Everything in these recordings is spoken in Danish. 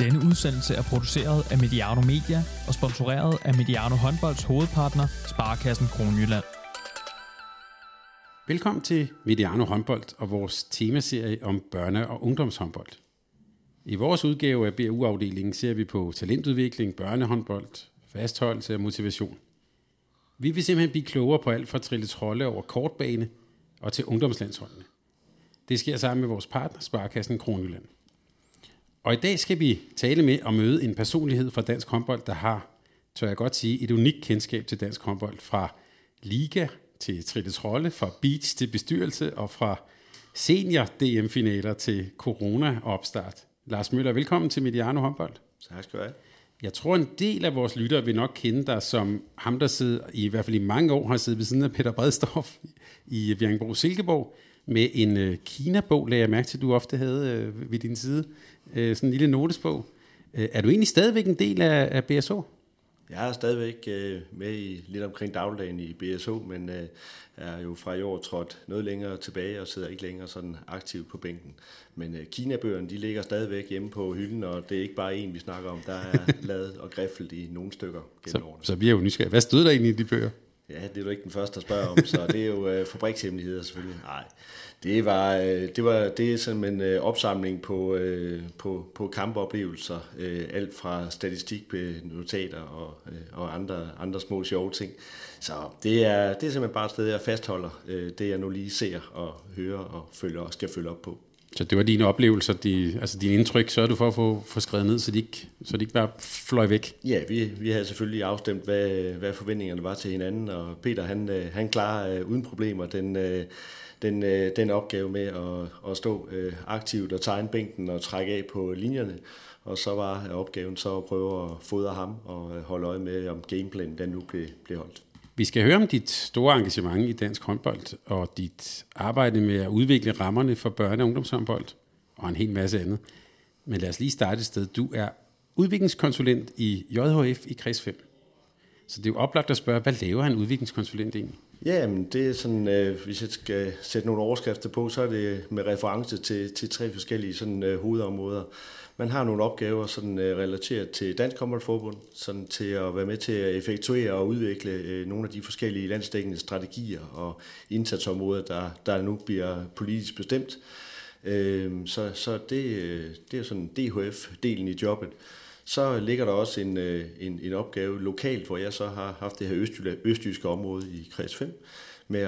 Denne udsendelse er produceret af Mediano Media og sponsoreret af Mediano Håndbolds hovedpartner, Sparekassen Kronjylland. Velkommen til Mediano Håndbold og vores temaserie om børne- og ungdomshåndbold. I vores udgave af BU-afdelingen ser vi på talentudvikling, børnehåndbold, fastholdelse og motivation. Vi vil simpelthen blive klogere på alt fra trille trolde over kortbane og til ungdomslandsholdene. Det sker sammen med vores partner, Sparekassen Kronjylland. Og i dag skal vi tale med og møde en personlighed fra dansk håndbold, der har, tør jeg godt sige, et unikt kendskab til dansk håndbold. Fra liga til trille trolde, fra beach til bestyrelse og fra senior DM-finaler til corona-opstart. Lars Møller, velkommen til Mediano Håndbold. Tak skal du have. Jeg tror, en del af vores lyttere vil nok kende dig som ham, der sidder, i hvert fald i mange år, har siddet ved siden af Peter Bredstorff i Bjerringbro-Silkeborg med en Kina-bog, lagde jeg mærke til, du ofte havde ved din side. Sådan en lille notesbog. Er du egentlig stadigvæk en del af BSO? Jeg er stadigvæk med i lidt omkring dagligdagen i BSO, men er jo fra i år trådt noget længere tilbage og sidder ikke længere sådan aktivt på bænken. Men Kina-bøgerne, de ligger stadigvæk hjemme på hylden, og det er ikke bare en, vi snakker om. Der er lavet og griffelt i nogle stykker gennem årene. Så vi er jo nysgerrige. Hvad stod der egentlig i de bøger? Ja, det er du ikke den første, der spørger om, så det er jo fabrikshemmeligheder selvfølgelig. Nej, det er sådan en opsamling på kampoplevelser, alt fra statistik, notater og andre små sjove ting. Så det er simpelthen bare et sted, jeg fastholder det, jeg nu lige ser og hører og skal følge op på. Så det var dine oplevelser, dine indtryk, sørger du for at få skrevet ned, så de ikke bare fløj væk? Ja, vi havde selvfølgelig afstemt, hvad forventningerne var til hinanden, og Peter han klarer uden problemer den opgave med at stå aktivt og tegne bænken og trække af på linjerne. Og så var opgaven så at prøve at fodre ham og holde øje med, om gameplanen den nu blev holdt. Vi skal høre om dit store engagement i dansk håndbold og dit arbejde med at udvikle rammerne for børne- og ungdomshåndbold og en hel masse andet. Men lad os lige starte et sted. Du er udviklingskonsulent i JHF i kreds 5. Så det er jo oplagt at spørge, hvad laver en udviklingskonsulent egentlig? Ja, men det er sådan, hvis jeg skal sætte nogle overskrifter på, så er det med reference til 3 forskellige sådan, hovedområder. Man har nogle opgaver sådan, relateret til Dansk Håndboldforbund, sådan til at være med til at effektuere og udvikle nogle af de forskellige landsdækkende strategier og indsatsområder, der nu bliver politisk bestemt. Så det er sådan DHF-delen i jobbet. Så ligger der også en opgave lokalt, hvor jeg så har haft det her østjyske område i kreds 5, med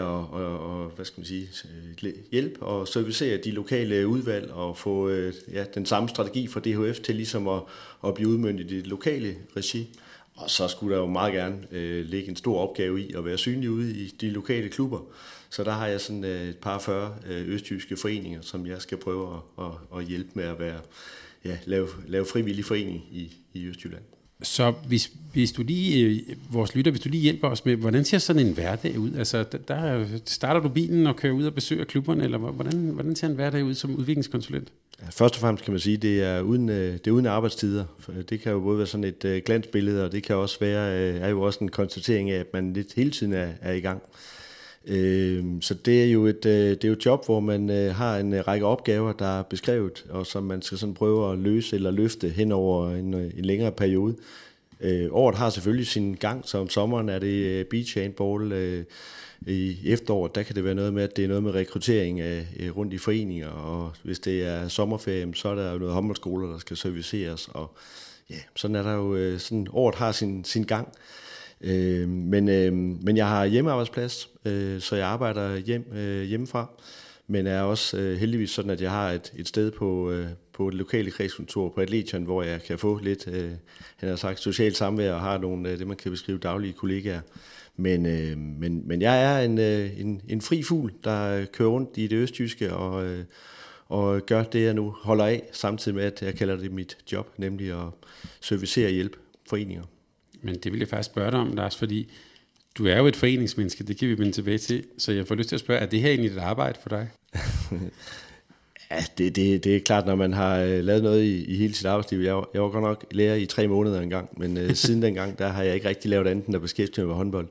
at hjælpe og servicere de lokale udvalg og få den samme strategi for DHF til ligesom at blive udmøntet i det lokale regi. Og så skulle der jo meget gerne ligge en stor opgave i at være synlig ude i de lokale klubber. Så der har jeg sådan et par 40 østjyske foreninger, som jeg skal prøve at hjælpe med at være lave frivillig forening i Østjylland. Så hvis du lige, vores lytter, hvis du lige hjælper os med, hvordan ser sådan en hverdag ud? Altså, der starter du bilen og kører ud og besøger klubberne, eller hvordan ser en hverdag ud som udviklingskonsulent? Ja, først og fremmest kan man sige, at det er uden arbejdstider. Det kan jo både være sådan et glansbillede, og det kan også er jo også en konstatering af, at man lidt hele tiden er i gang. Så det er jo et job, hvor man har en række opgaver, der er beskrevet, og som man skal sådan prøve at løse eller løfte hen over en længere periode. Året har selvfølgelig sin gang, så om sommeren er det beach handball. I efteråret, der kan det være noget med, at det er noget med rekruttering rundt i foreninger, og hvis det er sommerferie, så er der jo noget håndboldskoler, der skal serviceres, og ja, sådan er der jo, sådan året har sin gang. Men jeg har hjemmearbejdsplads, så jeg arbejder hjemmefra, men er også heldigvis sådan, at jeg har et sted på et lokale kredskontor på Atletion, hvor jeg kan få lidt, han har sagt, socialt samvær og har nogle det, man kan beskrive daglige kollegaer. Men jeg er en fri fugl, der kører rundt i det østjyske og gør det, jeg nu holder af, samtidig med, at jeg kalder det mit job, nemlig at servicere og hjælpe foreninger. Men det vil jeg faktisk spørge dig om, Lars, fordi du er jo et foreningsmenneske, det kan vi vende tilbage til, så jeg får lyst til at spørge, er det her egentlig et arbejde for dig? Ja, det er klart, når man har lavet noget i hele sit arbejdsliv. Jeg var godt nok lærer i 3 måneder engang, men siden dengang, der har jeg ikke rigtig lavet andet end at beskæftige mig med håndbold.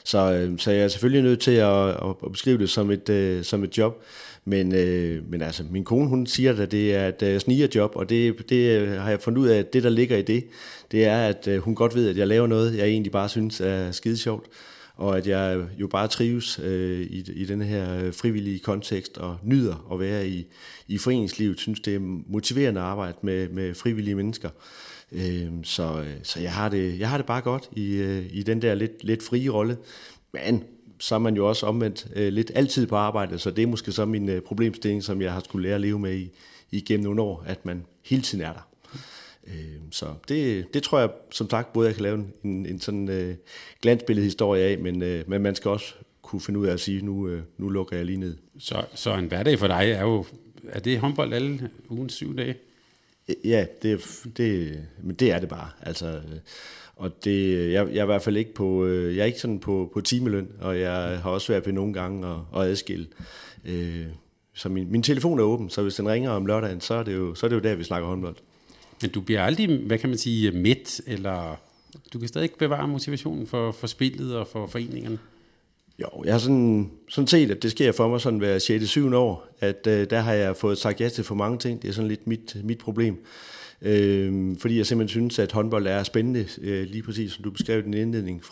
Så jeg er selvfølgelig nødt til at beskrive det som et job. Men altså, min kone, hun siger, at det er et snigerjob, og det har jeg fundet ud af, at det, der ligger i det er, at hun godt ved, at jeg laver noget, jeg egentlig bare synes er skide sjovt, og at jeg jo bare trives i den her frivillige kontekst, og nyder at være i foreningslivet, synes det er motiverende at arbejde med frivillige mennesker. Så jeg har det bare godt i den der lidt frie rolle, men så er man jo også omvendt lidt altid på arbejde, så det er måske så min problemstilling, som jeg har skulle lære at leve med igennem nogle år, at man hele tiden er der. Så det tror jeg, som sagt, både jeg kan lave en sådan glansbilledehistorie af, men man skal også kunne finde ud af at sige, nu lukker jeg lige ned. Så en hverdag for dig er det håndbold alle ugens 7 dage? Ja, men det er det bare. Altså, og det, jeg er i hvert fald ikke jeg er ikke sådan på timeløn, og jeg har også været ved nogle gange at adskille. Så min telefon er åben, så hvis den ringer om lørdagen, så er det jo der, vi snakker håndbold. Men du bliver aldrig, hvad kan man sige, mæt, eller du kan stadig bevare motivationen for spillet og for foreningerne? Jo, jeg har sådan set, at det sker for mig sådan hver 6. 7. år, at der har jeg fået sagt ja til for mange ting. Det er sådan lidt mit problem. Fordi jeg simpelthen synes, at håndbold er spændende, lige præcis som du beskrev den indledning,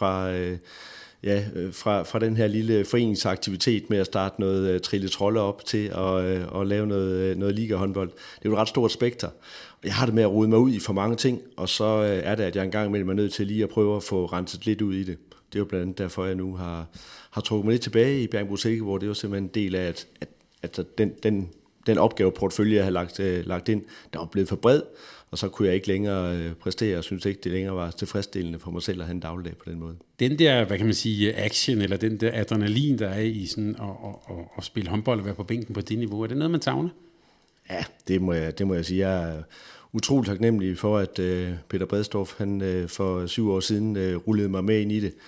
fra den her lille foreningsaktivitet med at starte noget trille trolde op til at lave noget liga-håndbold. Det er jo et ret stort spekter. Jeg har det med at rode mig ud i for mange ting, og så er det, at jeg engang imellem er nødt til lige at prøve at få renset lidt ud i det. Det er jo blandt andet derfor, jeg nu har trukket mig lidt tilbage i Bjerringbro Silkeborg. Det er jo simpelthen en del af, at den opgaveportfølje, jeg har lagt ind, der var blevet for bred, og så kunne jeg ikke længere præstere, og synes ikke, det længere var tilfredsstillende for mig selv at have en dagligdag på den måde. Den der, hvad kan man sige, action, eller den der adrenalin, der er i sådan at spille håndbold og være på bænken på det niveau, er det noget, man savner? Ja, det må jeg sige. Jeg er utroligt taknemmelig for, at Peter Bredstorff, han for 7 år siden rullede mig med ind i det.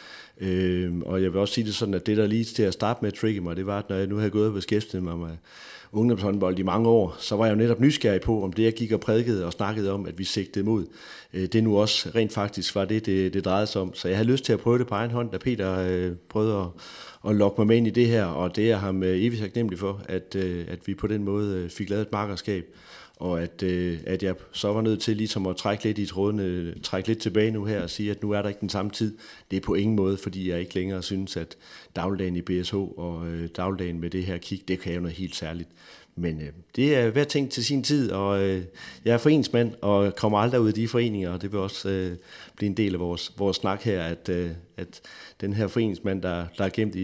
Og jeg vil også sige det sådan, at det, der lige til at starte med at trigge mig, det var, at når jeg nu havde gået og beskæftiget mig med ungdomshåndbold i mange år, så var jeg jo netop nysgerrig på, om det, jeg gik og prædikede og snakkede om, at vi sigtede mod, det nu også rent faktisk var det drejede sig om. Så jeg havde lyst til at prøve det på egen hånd, da Peter prøvede at lokke mig med ind i det her, og det er ham evigt taknemmelig for, at vi på den måde fik lavet et markerskab, og at jeg så var nødt til ligesom at trække lidt i trådene, trække lidt tilbage nu her og sige, at nu er der ikke den samme tid. Det er på ingen måde, fordi jeg ikke længere synes, at dagligdagen i BSH og dagligdagen med det her kig, det kan jo noget helt særligt. Men det er hver ting til sin tid, og jeg er foreningsmand og kommer aldrig ud af de foreninger, og det vil også blive en del af vores snak her, at den her foreningsmand, der er gemt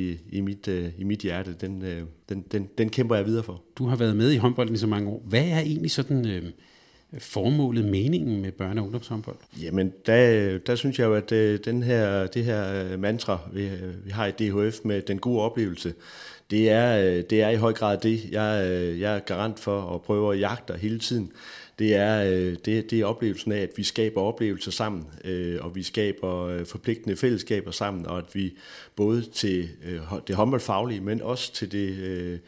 i mit hjerte, den kæmper jeg videre for. Du har været med i håndbolden i så mange år. Hvad er egentlig sådan formålet, meningen med børne- og ungdomshåndbold? Jamen, der synes jeg jo, at det her mantra, vi har i DHF med den gode oplevelse, det er i høj grad det, jeg er garant for at prøve at jagte hele tiden. Det er oplevelsen af, at vi skaber oplevelser sammen, og vi skaber forpligtende fællesskaber sammen, og at vi både til det håndboldfaglige, men også til det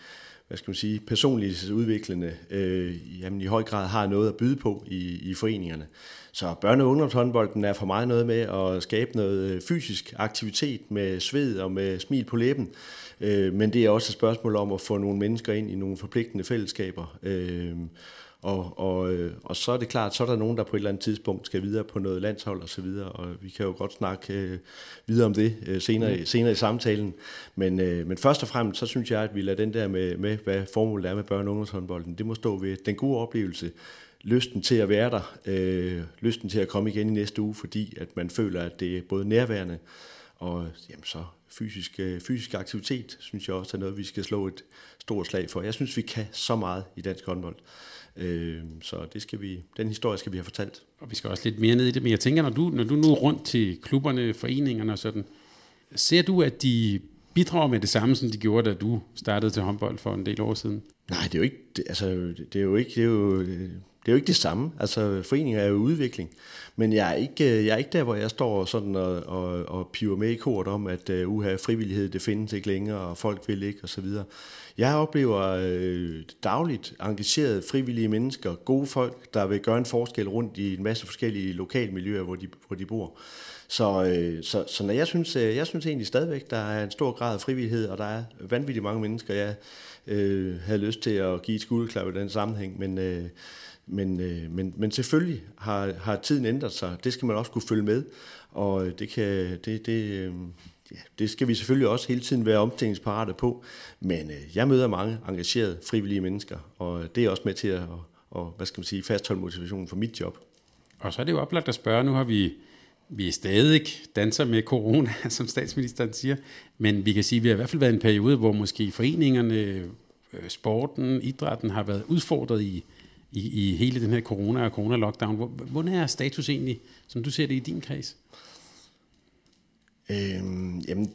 personligt udviklende, i høj grad har noget at byde på i foreningerne. Så børne- og ungdomshåndbolden er for mig noget med at skabe noget fysisk aktivitet med sved og med smil på læben, men det er også et spørgsmål om at få nogle mennesker ind i nogle forpligtende fællesskaber. Og så er det klart, så er der nogen, der på et eller andet tidspunkt skal videre på noget landshold og så videre, og vi kan jo godt snakke videre om det senere i samtalen. Men først og fremmest, så synes jeg, at vi lader den der med hvad formålet er med børne- og ungdomshåndbolden, det må stå ved den gode oplevelse, lysten til at være der, lysten til at komme igen i næste uge, fordi at man føler, at det er både nærværende og jamen så fysisk aktivitet, synes jeg også er noget, vi skal slå et stort slag for. Jeg synes, vi kan så meget i dansk håndbold. Så den historie skal vi have fortalt. Og vi skal også lidt mere ned i det, men jeg tænker, når du nu er rundt til klubberne, foreningerne og sådan, ser du, at de bidrager med det samme, som de gjorde, da du startede til håndbold for en del år siden? Nej, det er jo ikke det samme. Altså, foreninger er jo udvikling. Men jeg er ikke der, hvor jeg står sådan og piver med i kort om, at frivillighed, det findes ikke længere, og folk vil ikke, osv. Jeg oplever dagligt engagerede frivillige mennesker, gode folk, der vil gøre en forskel rundt i en masse forskellige lokalmiljøer, hvor de bor. Så når jeg synes egentlig stadigvæk, der er en stor grad af frivillighed, og der er vanvittigt mange mennesker, jeg havde lyst til at give et skulderklap i den sammenhæng, men selvfølgelig har tiden ændret sig. Det skal man også kunne følge med, og det skal vi selvfølgelig også hele tiden være omstillingsparate på. Men jeg møder mange engagerede, frivillige mennesker, og det er også med til at fastholde motivationen for mit job. Og så er det jo oplagt at spørge, nu har vi stadig danser med corona, som statsministeren siger, men vi kan sige, at vi har i hvert fald været i en periode, hvor måske foreningerne, sporten, idrætten har været udfordret i hele den her corona og corona-lockdown. Hvordan er status egentlig, som du ser det i din kreds? Jamen,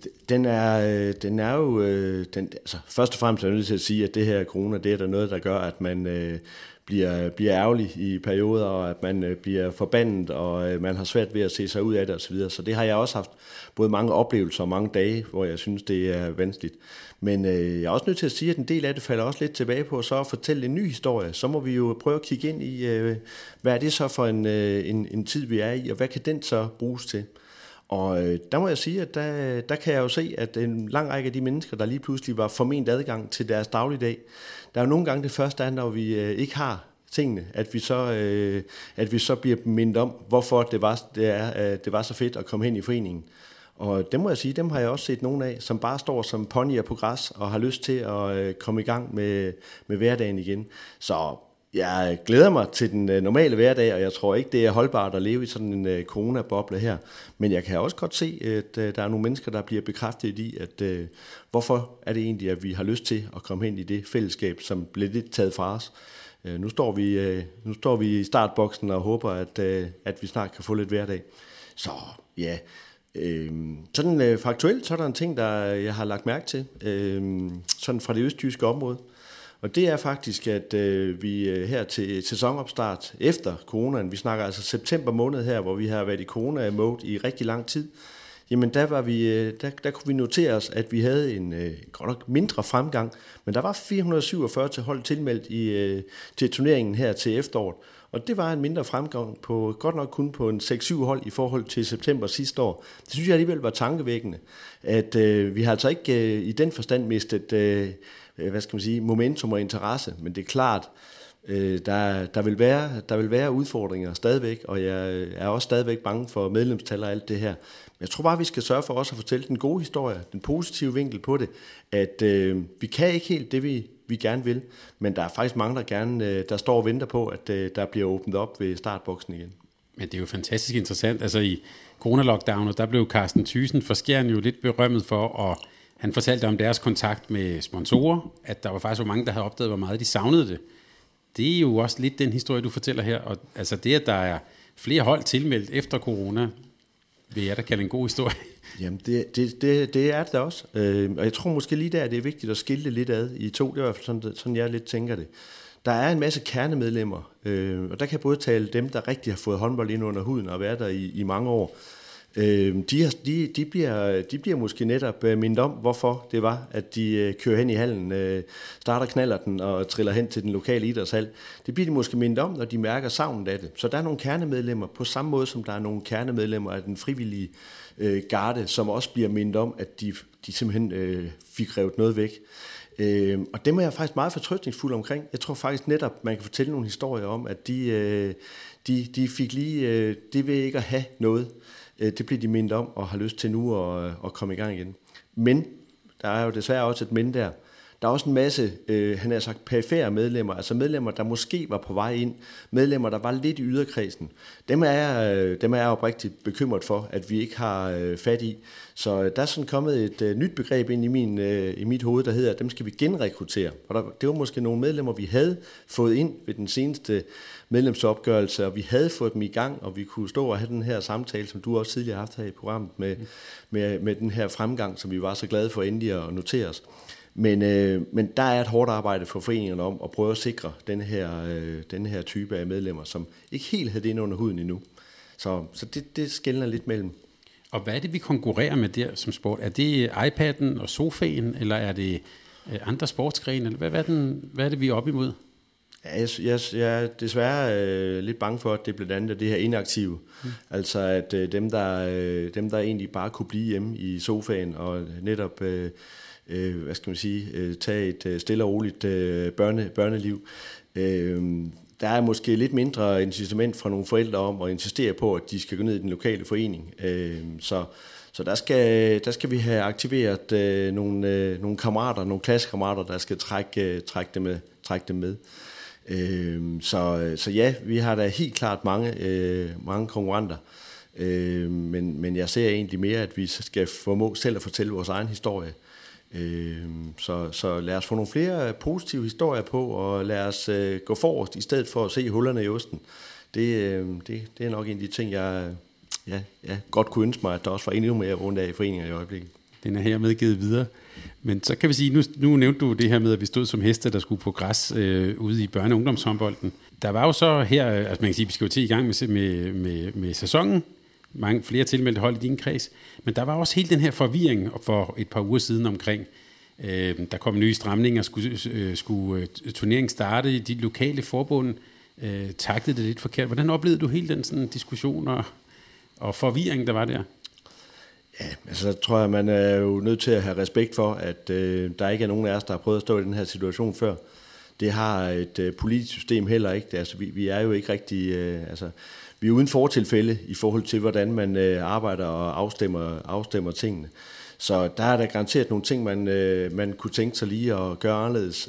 først og fremmest er jeg nødt til at sige, at det her corona, det er der noget, der gør, at man bliver ærgerlig i perioder, og at man bliver forbandet, og man har svært ved at se sig ud af det osv. Så det har jeg også haft både mange oplevelser og mange dage, hvor jeg synes, det er vanskeligt. Men jeg er også nødt til at sige, at en del af det falder også lidt tilbage på så at fortælle en ny historie. Så må vi jo prøve at kigge ind i, hvad er det så for en tid, vi er i, og hvad kan den så bruges til? Og der må jeg sige, at der kan jeg jo se, at en lang række af de mennesker, der lige pludselig var forment adgang til deres dagligdag, der er jo nogle gange det første er, når vi ikke har tingene, at vi så bliver mindet om, hvorfor det var så fedt at komme hen i foreningen. Og dem må jeg sige, dem har jeg også set nogle af, som bare står som ponyer på græs og har lyst til at komme i gang med hverdagen igen. Så jeg glæder mig til den normale hverdag, og jeg tror ikke, det er holdbart at leve i sådan en coronaboble her. Men jeg kan også godt se, at der er nogle mennesker, der bliver bekræftet i, at hvorfor er det egentlig, at vi har lyst til at komme hen i det fællesskab, som blev lidt taget fra os. Nu står vi i startboksen og håber, at vi snart kan få lidt hverdag. Så ja, sådan faktuelt, så er der en ting, der jeg har lagt mærke til, sådan fra det østjyske område. Og det er faktisk, at vi her til sæsonopstart efter coronaen, vi snakker altså september måned her, hvor vi har været i corona-mode i rigtig lang tid, jamen der kunne vi notere os, at vi havde en godt nok mindre fremgang, men der var 447 til hold tilmeldt til turneringen her til efteråret, og det var en mindre fremgang på godt nok kun på en 6-7 hold i forhold til september sidste år. Det synes jeg alligevel var tankevækkende, at vi har altså ikke i den forstand mistet momentum og interesse, men det er klart, der vil være udfordringer stadigvæk, og jeg er også stadigvæk bange for medlemstal og alt det her. Men jeg tror bare, vi skal sørge for også at fortælle den gode historie, den positive vinkel på det, at vi kan ikke helt det, vi gerne vil, men der er faktisk mange, der står og venter på, at der bliver åbnet op ved startboksen igen. Men det er jo fantastisk interessant. Altså i corona-lockdownen, der blev Carsten Thyssen fra Skjern jo lidt berømmet for, og han fortalte om deres kontakt med sponsorer, at der var faktisk så mange, der havde opdaget, hvor meget de savnede det. Det er jo også lidt den historie, du fortæller her. Og altså det, at der er flere hold tilmeldt efter corona, vil jeg da kalde en god historie. Jamen, det er det også. Og jeg tror måske lige der, det er vigtigt at skille det lidt ad i to. Det er i hvert fald sådan jeg lidt tænker det. Der er en masse kernemedlemmer, og der kan både tale dem, der rigtig har fået håndbold ind under huden og været der i mange år. De bliver måske netop mindet om, hvorfor det var, at de kører hen i hallen, starter knallerten og triller hen til den lokale idrætshal. Det bliver de måske mindet om, når de mærker savnet af det. Så der er nogle kernemedlemmer, på samme måde som der er nogle kernemedlemmer af den frivillige garde, som også bliver mindet om, at de simpelthen fik revet noget væk. Og dem er jeg faktisk meget fortrøstningsfuld omkring. Jeg tror faktisk netop, man kan fortælle nogle historier om, at de fik lige, det vil ikke at have noget. Det bliver de mindet om og har lyst til nu at komme i gang igen. Men der er jo desværre også et men der. Der er også en masse, han har sagt, perifære medlemmer, altså medlemmer, der måske var på vej ind, medlemmer, der var lidt i yderkredsen. Dem er jeg oprigtigt bekymret for, at vi ikke har fat i. Så der er sådan kommet et nyt begreb ind i mit hoved, der hedder, at dem skal vi genrekruttere. Og det var måske nogle medlemmer, vi havde fået ind ved den seneste medlemsopgørelse, og vi havde fået dem i gang, og vi kunne stå og have den her samtale, som du også tidligere har haft her i programmet, med den her fremgang, som vi var så glade for endelig at notere os. Men der er et hårdt arbejde for foreningerne om at prøve at sikre den her type af medlemmer, som ikke helt havde det ind under huden endnu. Så det skelner lidt mellem. Og hvad er det, vi konkurrerer med der som sport? Er det iPad'en og sofaen, eller er det andre sportsgrene? Eller hvad er det, vi er op imod? Jeg er desværre lidt bange for, at det blandt andet er det her inaktive. Altså at dem der egentlig bare kunne blive hjemme i sofaen og netop tage et stille og roligt børneliv. Der er måske lidt mindre incitament fra nogle forældre om at insistere på, at de skal gå ned i den lokale forening. Så der skal vi have aktiveret nogle kammerater, nogle klassekammerater, der skal trække dem med. Så ja, vi har da helt klart mange konkurrenter, men jeg ser egentlig mere, at vi skal formå selv at fortælle vores egen historie. Så lad os få nogle flere positive historier på, og lad os gå forrest, i stedet for at se hullerne i osten. Det er nok en af de ting, jeg godt kunne ønske mig, at der også var endnu mere rundt af i foreninger i øjeblikket. Den er her medgivet videre. Men så kan vi sige, nu nævnte du det her med, at vi stod som heste, der skulle på græs ude i børne- og ungdomshåndbolden. Der var jo så her, altså man kan sige, vi skal jo til i gang med sæsonen. Mange flere tilmeldte hold i din kreds. Men der var også hele den her forvirring for et par uger siden omkring, der kom nye stramninger, skulle turneringen starte i de lokale forbund. Taktede det lidt forkert. Hvordan oplevede du hele den sådan diskussion og forvirring, der var der? Ja, altså tror jeg, man er jo nødt til at have respekt for, at der ikke er nogen af os, der har prøvet at stå i den her situation før. Det har et politisk system heller ikke. Altså, vi er jo ikke rigtig... vi er uden fortilfælde i forhold til, hvordan man arbejder og afstemmer tingene. Så der er der garanteret nogle ting, man kunne tænke sig lige at gøre anderledes.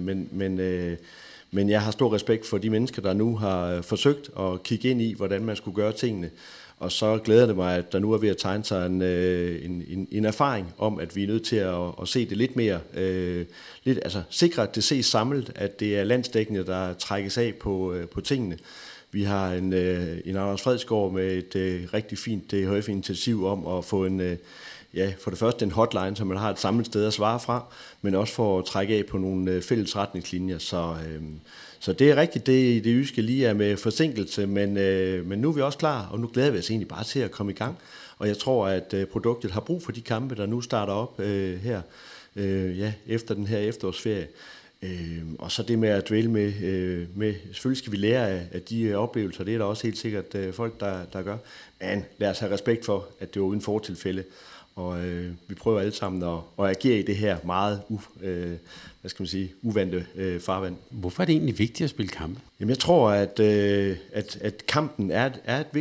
Men jeg har stor respekt for de mennesker, der nu har forsøgt at kigge ind i, hvordan man skulle gøre tingene. Og så glæder det mig, at der nu er ved at tegne sig en erfaring om, at vi er nødt til at se det lidt mere, sikre, at det ses samlet, at det er landsdækkende, der trækkes af på tingene. Vi har en Anders Fredsgaard med et rigtig fint DHF-initiativ om at få for det første en hotline, så man har et samlet sted at svare fra, men også for at trække af på nogle fælles retningslinjer. Så det er rigtigt, det jyske lige er med forsinkelse, men nu er vi også klar, og nu glæder vi os egentlig bare til at komme i gang. Og jeg tror, at produktet har brug for de kampe, der nu starter op her efter den her efterårsferie. Og så det med at dvæle med selvfølgelig skal vi lære af de oplevelser, det er der også helt sikkert folk, der gør. Men lad os have respekt for, at det var uden fortilfælde. Og vi prøver alle sammen at agere i det her meget uvante farvand. Hvorfor er det egentlig vigtigt at spille kampe? Jamen jeg tror, at kampen er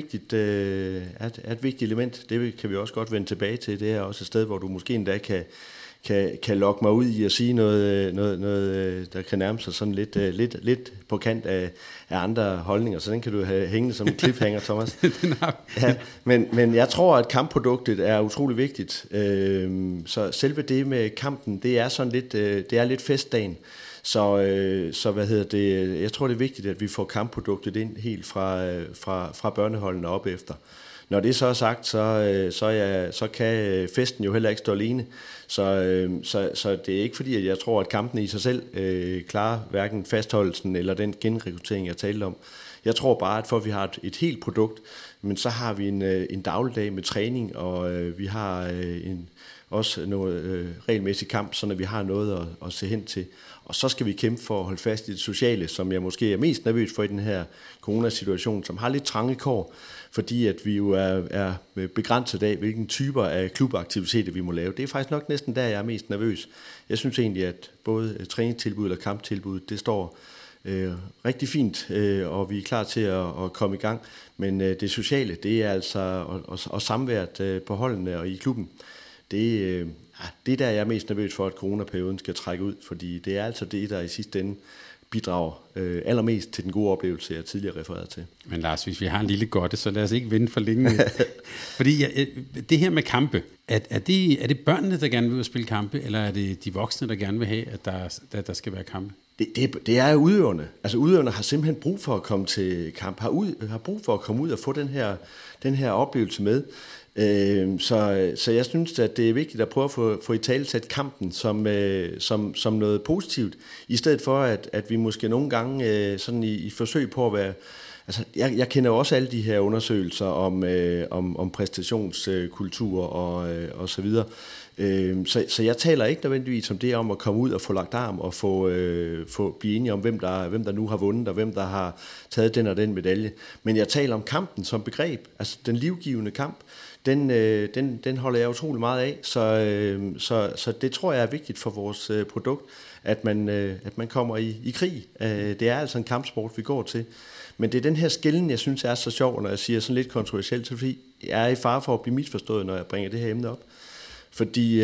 et vigtigt element. Det kan vi også godt vende tilbage til. Det er også et sted, hvor du måske endda kan lokke mig ud i at sige noget der kan nærme sig sådan lidt på kant af andre holdninger, så den kan du have hængende som en cliffhanger, Thomas. Ja, men jeg tror, at kampproduktet er utrolig vigtigt. Så selve det med kampen, det er sådan lidt, det er lidt festdagen. Så jeg tror, det er vigtigt, at vi får kampproduktet ind helt fra børneholdene op efter. Når det så er sagt, så kan festen jo heller ikke stå alene. Så det er ikke fordi, at jeg tror, at kampene i sig selv klarer hverken fastholdelsen eller den genrekruttering, jeg talte om. Jeg tror bare, at for at vi har et helt produkt, men så har vi en dagligdag med træning, og vi har også noget regelmæssig kamp, så vi har noget at se hen til. Og så skal vi kæmpe for at holde fast i det sociale, som jeg måske er mest nervøs for i den her coronasituation, som har lidt trange kår, fordi at vi jo er begrænset af, hvilken typer af klubaktiviteter vi må lave. Det er faktisk nok næsten der, jeg er mest nervøs. Jeg synes egentlig, at både træningstilbud eller kamptilbud, det står rigtig fint, og vi er klar til at komme i gang. Men det sociale, det er altså og samværet på holdene og i klubben. Det er der, jeg er mest nervøs for, at coronaperioden skal trække ud, fordi det er altså det, der i sidste ende bidrager allermest til den gode oplevelse, jeg tidligere refererede til. Men Lars, hvis vi har en lille godte, så lad os ikke vente for længe. Fordi det her med kampe, er det børnene, der gerne vil spille kampe, eller er det de voksne, der gerne vil have, at der skal være kampe? Det er udøverne. Altså udøverne har simpelthen brug for at komme til kamp, har brug for at komme ud og få den her oplevelse med. Så jeg synes, at det er vigtigt at prøve at få italesat kampen som noget positivt, i stedet for, at vi måske nogle gange sådan i forsøg på at være... Altså, jeg kender også alle de her undersøgelser om præstationskultur og så videre. Så jeg taler ikke nødvendigvis om det om at komme ud og få lagt arm og få blive enige om, hvem der nu har vundet, og hvem der har taget den og den medalje. Men jeg taler om kampen som begreb, altså den livgivende kamp. Den holder jeg utrolig meget af, så det tror jeg er vigtigt for vores produkt, at man kommer i krig. Det er altså en kampsport, vi går til. Men det er den her skelnen, jeg synes er så sjov, når jeg siger sådan lidt kontroversielt, fordi jeg er i fare for at blive misforstået, når jeg bringer det her emne op. Fordi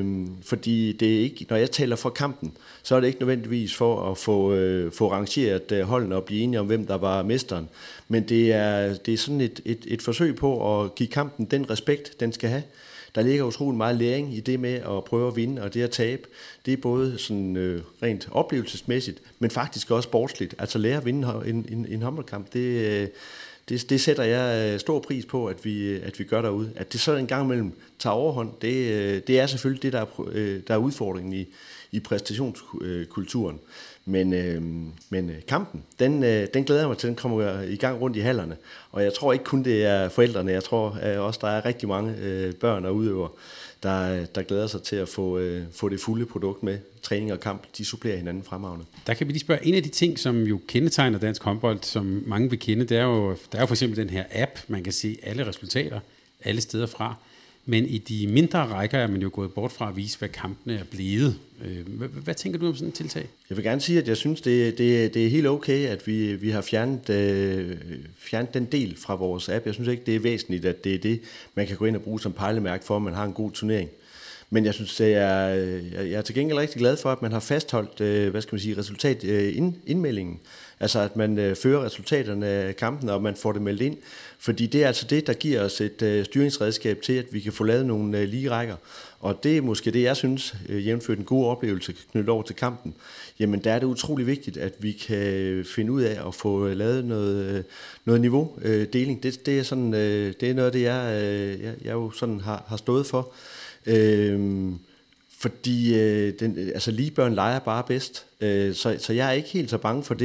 det er ikke, når jeg taler for kampen, så er det ikke nødvendigvis for at få rangeret holdene og blive enige om, hvem der var mesteren. Men det er sådan et forsøg på at give kampen den respekt, den skal have. Der ligger utrolig meget læring i det med at prøve at vinde, og det at tabe. Det er både sådan rent oplevelsesmæssigt, men faktisk også sportsligt. Altså lære at vinde en håndboldkamp, det sætter jeg stor pris på, at vi gør derude. At det så en gang imellem tager overhånd, det er selvfølgelig det, der er udfordringen i præstationskulturen. Men kampen, den glæder jeg mig til, den kommer i gang rundt i hallerne. Og jeg tror ikke kun det er forældrene, jeg tror også, der er rigtig mange børn og udøvere, der glæder sig til at få det fulde produkt med. Træning og kamp, de supplerer hinanden fremragende. Der kan vi lige spørge, en af de ting, som jo kendetegner dansk håndbold, som mange vil kende, der er jo for eksempel den her app, man kan se alle resultater, alle steder fra. Men i de mindre rækker er man jo gået bort fra at vise, hvad kampene er blevet. Hvad tænker du om sådan et tiltag? Jeg vil gerne sige, at jeg synes, det er helt okay, at vi har fjernet den del fra vores app. Jeg synes ikke, det er væsentligt, at det er det, man kan gå ind og bruge som pejlemærke for, at man har en god turnering. Men jeg synes, jeg er til gengæld rigtig glad for, at man har fastholdt, resultatindmeldingen. Altså, at man fører resultaterne af kampen, og man får det meldt ind. Fordi det er altså det, der giver os et styringsredskab til, at vi kan få lavet nogle lige rækker. Og det er måske det, jeg synes, jævnført en god oplevelse knyttet over til kampen. Jamen, der er det utrolig vigtigt, at vi kan finde ud af at få lavet noget niveaudeling. Det er sådan, det er noget af det, jeg jo sådan har stået for. Fordi lige børn leger bare bedst. Så jeg er ikke helt så bange for det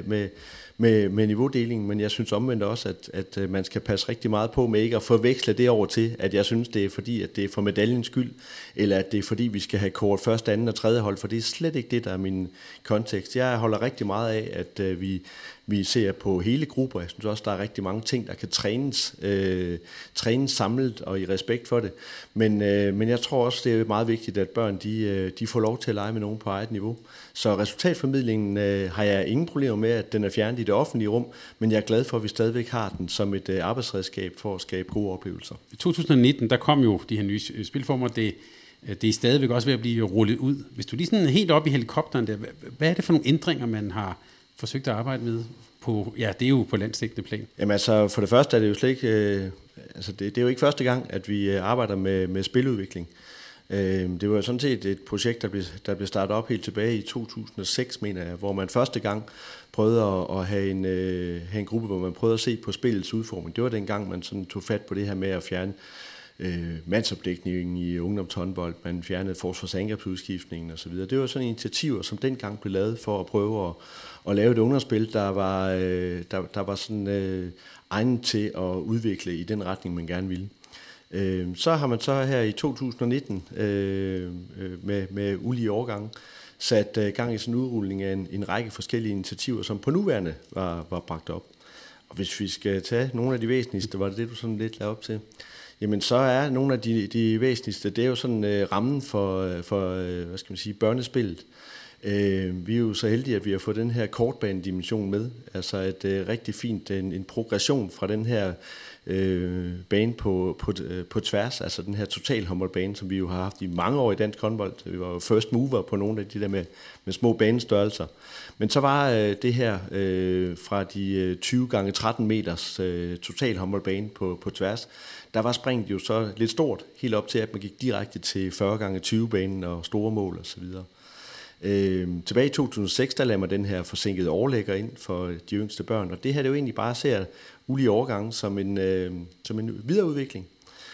med niveaudelingen, men jeg synes omvendt også, at man skal passe rigtig meget på med ikke at forveksle det over til, at jeg synes, det er fordi, at det er for medaljens skyld, eller at det er fordi, vi skal have kort første, anden og tredje hold, for det er slet ikke det, der er min kontekst. Jeg holder rigtig meget af, at vi ser på hele grupper. Jeg synes også, der er rigtig mange ting, der kan trænes samlet og i respekt for det. Men jeg tror også, det er meget vigtigt, at børn de får lov til at lege med nogen på eget niveau. Så resultatformidlingen har jeg ingen problemer med, at den er fjernet i det offentlige rum, men jeg er glad for, at vi stadigvæk har den som et arbejdsredskab for at skabe gode oplevelser. I 2019, der kom jo de her nye spilformer, det er stadigvæk også ved at blive rullet ud. Hvis du lige sådan helt op i helikopteren der, hvad er det for nogle ændringer, man har forsøgt at arbejde med på, ja, det er jo på landsdækkende plan? Jamen altså, for det første er det jo slet ikke, det er jo ikke første gang, at vi arbejder med spiludvikling. Det var jo sådan set et projekt, der blev startet op helt tilbage i 2006, mener jeg, hvor man første gang prøvede at have en gruppe, hvor man prøvede at se på spillets udformning. Det var dengang, man sådan tog fat på det her med at fjerne mandsopdækningen i ungdomshåndbold, man fjernede forsvarsangrebsudskiftningen osv. Det var sådan initiativer, som dengang blev lavet for at prøve at lave et ungdomsspil, der var sådan egnet til at udvikle i den retning, man gerne ville. Så har man så her i 2019 med ulige årgange sat gang i sådan en udrulning af en række forskellige initiativer, som på nuværende var bragt op. Og hvis vi skal tage nogle af de væsentligste, var det du sådan lidt lavede op til? Jamen så er nogle af de væsentligste, det er jo sådan rammen for børnespillet. Vi er jo så heldige, at vi har fået den her kortbanedimension med, altså et rigtig fint en progression fra den her bane på tværs, altså den her totalhåndboldbane, som vi jo har haft i mange år i dansk håndbold. Vi var jo first mover på nogle af de der med små banestørrelser. Men så var det her fra de 20x13 meters totalhåndboldbane på tværs, der var springet jo så lidt stort, helt op til at man gik direkte til 40x20 banen og store mål osv. Tilbage i 2006, der lagde man den her forsinkede overlægger ind for de yngste børn, og det her det jo egentlig bare ser ulige overgange som en videreudvikling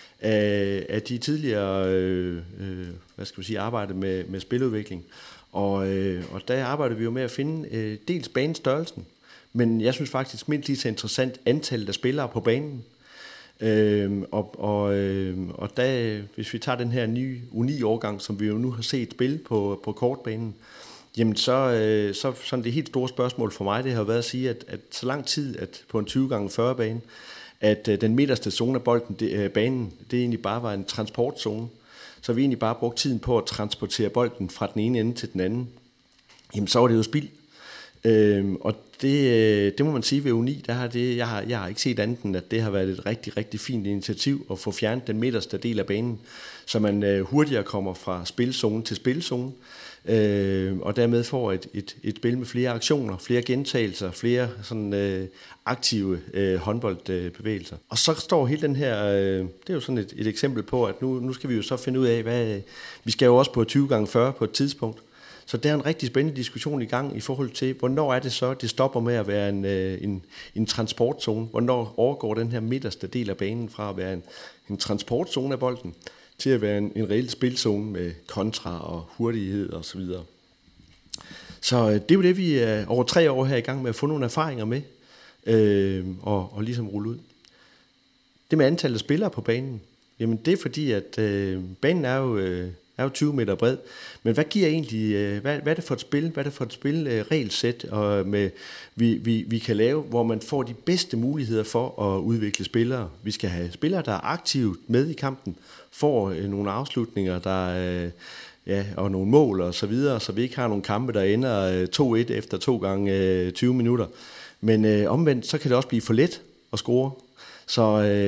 af de tidligere arbejde med spiludvikling. Og der arbejder vi jo med at finde dels banestørrelsen, men jeg synes faktisk mindst lige så interessant antallet af spillere på banen. Og da, hvis vi tager den her nye U9-årgang, som vi jo nu har set spille på kortbanen, jamen så sådan det helt store spørgsmål for mig, det har været at sige, at så lang tid at på en 20x40 bane, at den midterste zone af banen, det egentlig bare var en transportzone. Så vi egentlig bare brugt tiden på at transportere bolden fra den ene ende til den anden. Jamen så var det jo spild. Og det må man sige ved U9, jeg har ikke set andet end, at det har været et rigtig, rigtig fint initiativ at få fjernet den midterste del af banen, så man hurtigere kommer fra spilzone til spilzone, og dermed får et spil med flere aktioner, flere gentagelser, flere sådan aktive håndboldbevægelser. Og så står hele den her, det er jo sådan et eksempel på, at nu skal vi jo så finde ud af, vi skal jo også på 20x40 på et tidspunkt. Så der er en rigtig spændende diskussion i gang i forhold til, hvornår er det så, det stopper med at være en transportzone. Hvornår overgår den her midterste del af banen fra at være en transportzone af bolden, til at være en reel spilzone med kontra og hurtighed og så videre. Så det er jo det, vi er over 3 år her i gang med at få nogle erfaringer med, og ligesom rulle ud. Det med antallet af spillere på banen, jamen det er fordi, at banen er jo 20 meter bred. Men hvad giver egentlig, hvad er det for et spil? Hvad er det for et regelsæt, vi kan lave, hvor man får de bedste muligheder for at udvikle spillere? Vi skal have spillere, der er aktivt med i kampen, får nogle afslutninger, og nogle mål og så videre, så vi ikke har nogle kampe, der ender 2-1 efter 2 gange 20 minutter. Men omvendt, så kan det også blive for let at score. Så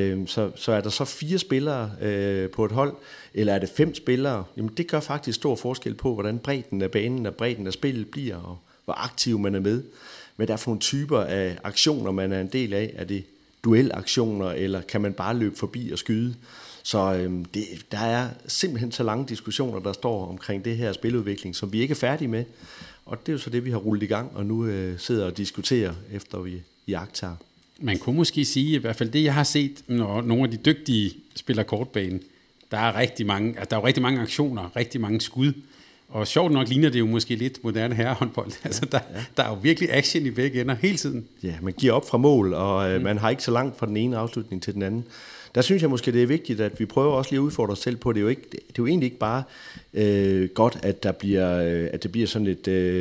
er der så 4 spillere på et hold, eller er det 5 spillere? Jamen det gør faktisk stor forskel på, hvordan bredden af banen og bredden af spillet bliver, og hvor aktiv man er med. Hvad der er for nogle typer af aktioner, man er en del af. Er det duelaktioner, eller kan man bare løbe forbi og skyde? Så der er simpelthen så lange diskussioner, der står omkring det her spiludvikling, som vi ikke er færdige med. Og det er jo så det, vi har rullet i gang, og nu sidder og diskuterer, efter vi iagttager. Man kunne måske sige, i hvert fald det, jeg har set, når nogle af de dygtige spiller kortbane, der er jo rigtig mange aktioner, rigtig mange skud, og sjovt nok ligner det jo måske lidt moderne herrehåndbold. Altså der er jo virkelig action i begge ender hele tiden. Ja, man giver op fra mål, og man har ikke så langt fra den ene afslutning til den anden. Der synes jeg måske, det er vigtigt, at vi prøver også lige at udfordre os selv på, det er jo egentlig ikke bare godt, at det bliver sådan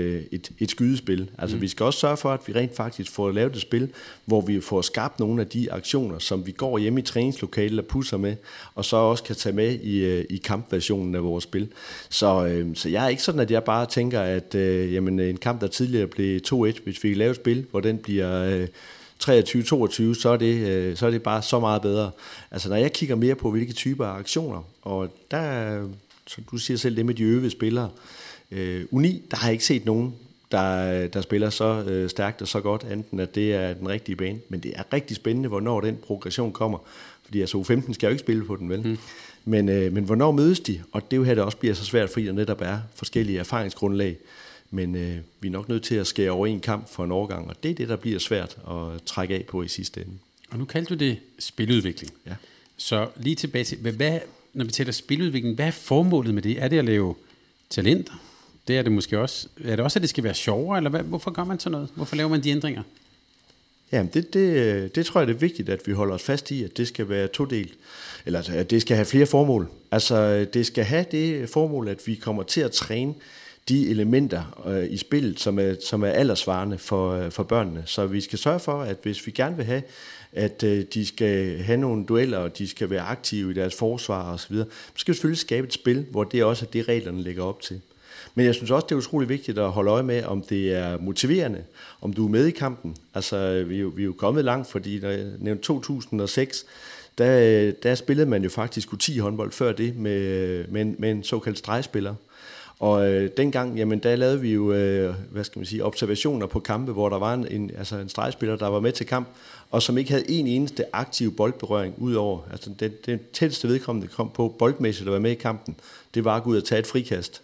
et skydespil. Altså vi skal også sørge for, at vi rent faktisk får lavet et spil, hvor vi får skabt nogle af de aktioner, som vi går hjemme i træningslokalet og pusser med, og så også kan tage med i kampversionen af vores spil. Så jeg er ikke sådan, at jeg bare tænker, at en kamp, der tidligere blev 2-1, hvis vi laver et spil, hvor den bliver 23-22, så er det bare så meget bedre. Altså når jeg kigger mere på, hvilke typer af aktioner, og der, så du siger selv det med de øvede spillere, U9, der har jeg ikke set nogen, der spiller så stærkt og så godt, enten at det er den rigtige bane, men det er rigtig spændende, hvornår den progression kommer, fordi altså U15 skal jo ikke spille på den, vel? Men hvornår mødes de? Og det er jo her, der også bliver så svært, fordi der netop er forskellige erfaringsgrundlag. Men vi er nok nødt til at skære over en kamp for en årgang, og det er det, der bliver svært at trække af på i sidste ende. Og nu kaldte du det spiludvikling. Ja. Så lige tilbage til, når vi taler spiludvikling, hvad er formålet med det? Er det at lave talenter? Det er det måske også. Er det også, at det skal være sjovere, eller hvorfor gør man sådan noget? Hvorfor laver man de ændringer? Ja, det tror jeg, det er vigtigt, at vi holder os fast i, at det skal være todelt, eller at det skal have flere formål. Altså, det skal have det formål, at vi kommer til at træne de elementer i spillet, som er alderssvarende for børnene. Så vi skal sørge for, at hvis vi gerne vil have, at de skal have nogle dueller, og de skal være aktive i deres forsvar osv., så skal vi selvfølgelig skabe et spil, hvor det også er det, reglerne lægger op til. Men jeg synes også, det er utrolig vigtigt at holde øje med, om det er motiverende, om du er med i kampen. Altså, vi er jo kommet langt, fordi når jeg nævnte 2006, der spillede man jo faktisk U10 håndbold før det med en såkaldt stregspiller. Og dengang, jamen der lavede vi jo, observationer på kampe, hvor der var en stregspiller, der var med til kamp, og som ikke havde en eneste aktiv boldberøring udover. Altså den tætteste vedkommende kom på boldmæssigt at være med i kampen, det var at gå ud og tage et frikast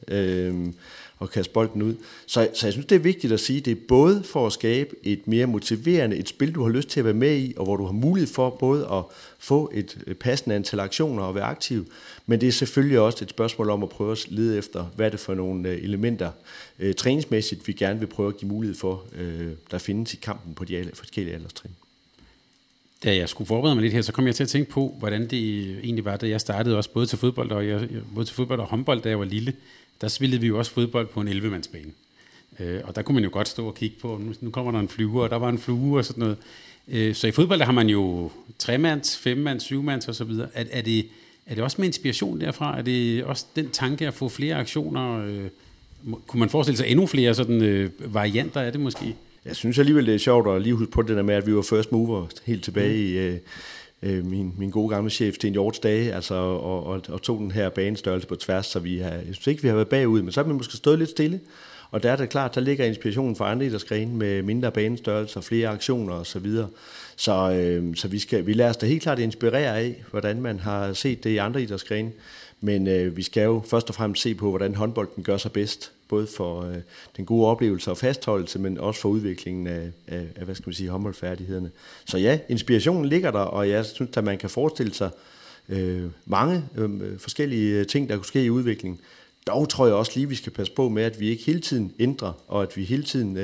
og kaste bolden ud. Så jeg synes, det er vigtigt at sige, det er både for at skabe et mere motiverende, et spil, du har lyst til at være med i, og hvor du har mulighed for både at få et passende antal aktioner og være aktiv, men det er selvfølgelig også et spørgsmål om at prøve at lede efter, hvad er det for nogle elementer træningsmæssigt, vi gerne vil prøve at give mulighed for, der findes i kampen på de forskellige alderstrin. Da jeg skulle forberede mig lidt her, så kom jeg til at tænke på, hvordan det egentlig var, da jeg startede også både til fodbold og håndbold, da jeg var lille. Der spillede vi jo også fodbold på en 11-mandsbane. Og der kunne man jo godt stå og kigge på, nu kommer der en flyver, og der var en flue og sådan noget. Så i fodbold der har man jo 3-mands, 5-mands, 7-mands og så videre. Er det også med inspiration derfra? Er det også den tanke at få flere aktioner? Kunne man forestille sig endnu flere sådan varianter af det måske? Jeg synes alligevel, det er sjovt at lige huske på det der med, at vi var first mover helt tilbage i min gode gamle chef Sten Hjorts dage, altså, og tog den her banestørrelse på tværs, så jeg synes ikke, vi har været bagud, men så har vi måske stået lidt stille. Og der er det klart, der ligger inspirationen fra andre idrætsgrene med mindre banestørrelser, flere aktioner osv. Så vi lader os da helt klart inspirere af, hvordan man har set det i andre idrætsgrene. Men vi skal jo først og fremmest se på, hvordan håndbolden gør sig bedst. Både for den gode oplevelse og fastholdelse, men også for udviklingen af håndboldfærdighederne. Så ja, inspirationen ligger der, og jeg synes, at man kan forestille sig mange forskellige ting, der kunne ske i udviklingen. Dog tror jeg også lige, vi skal passe på med, at vi ikke hele tiden ændrer, og at vi hele tiden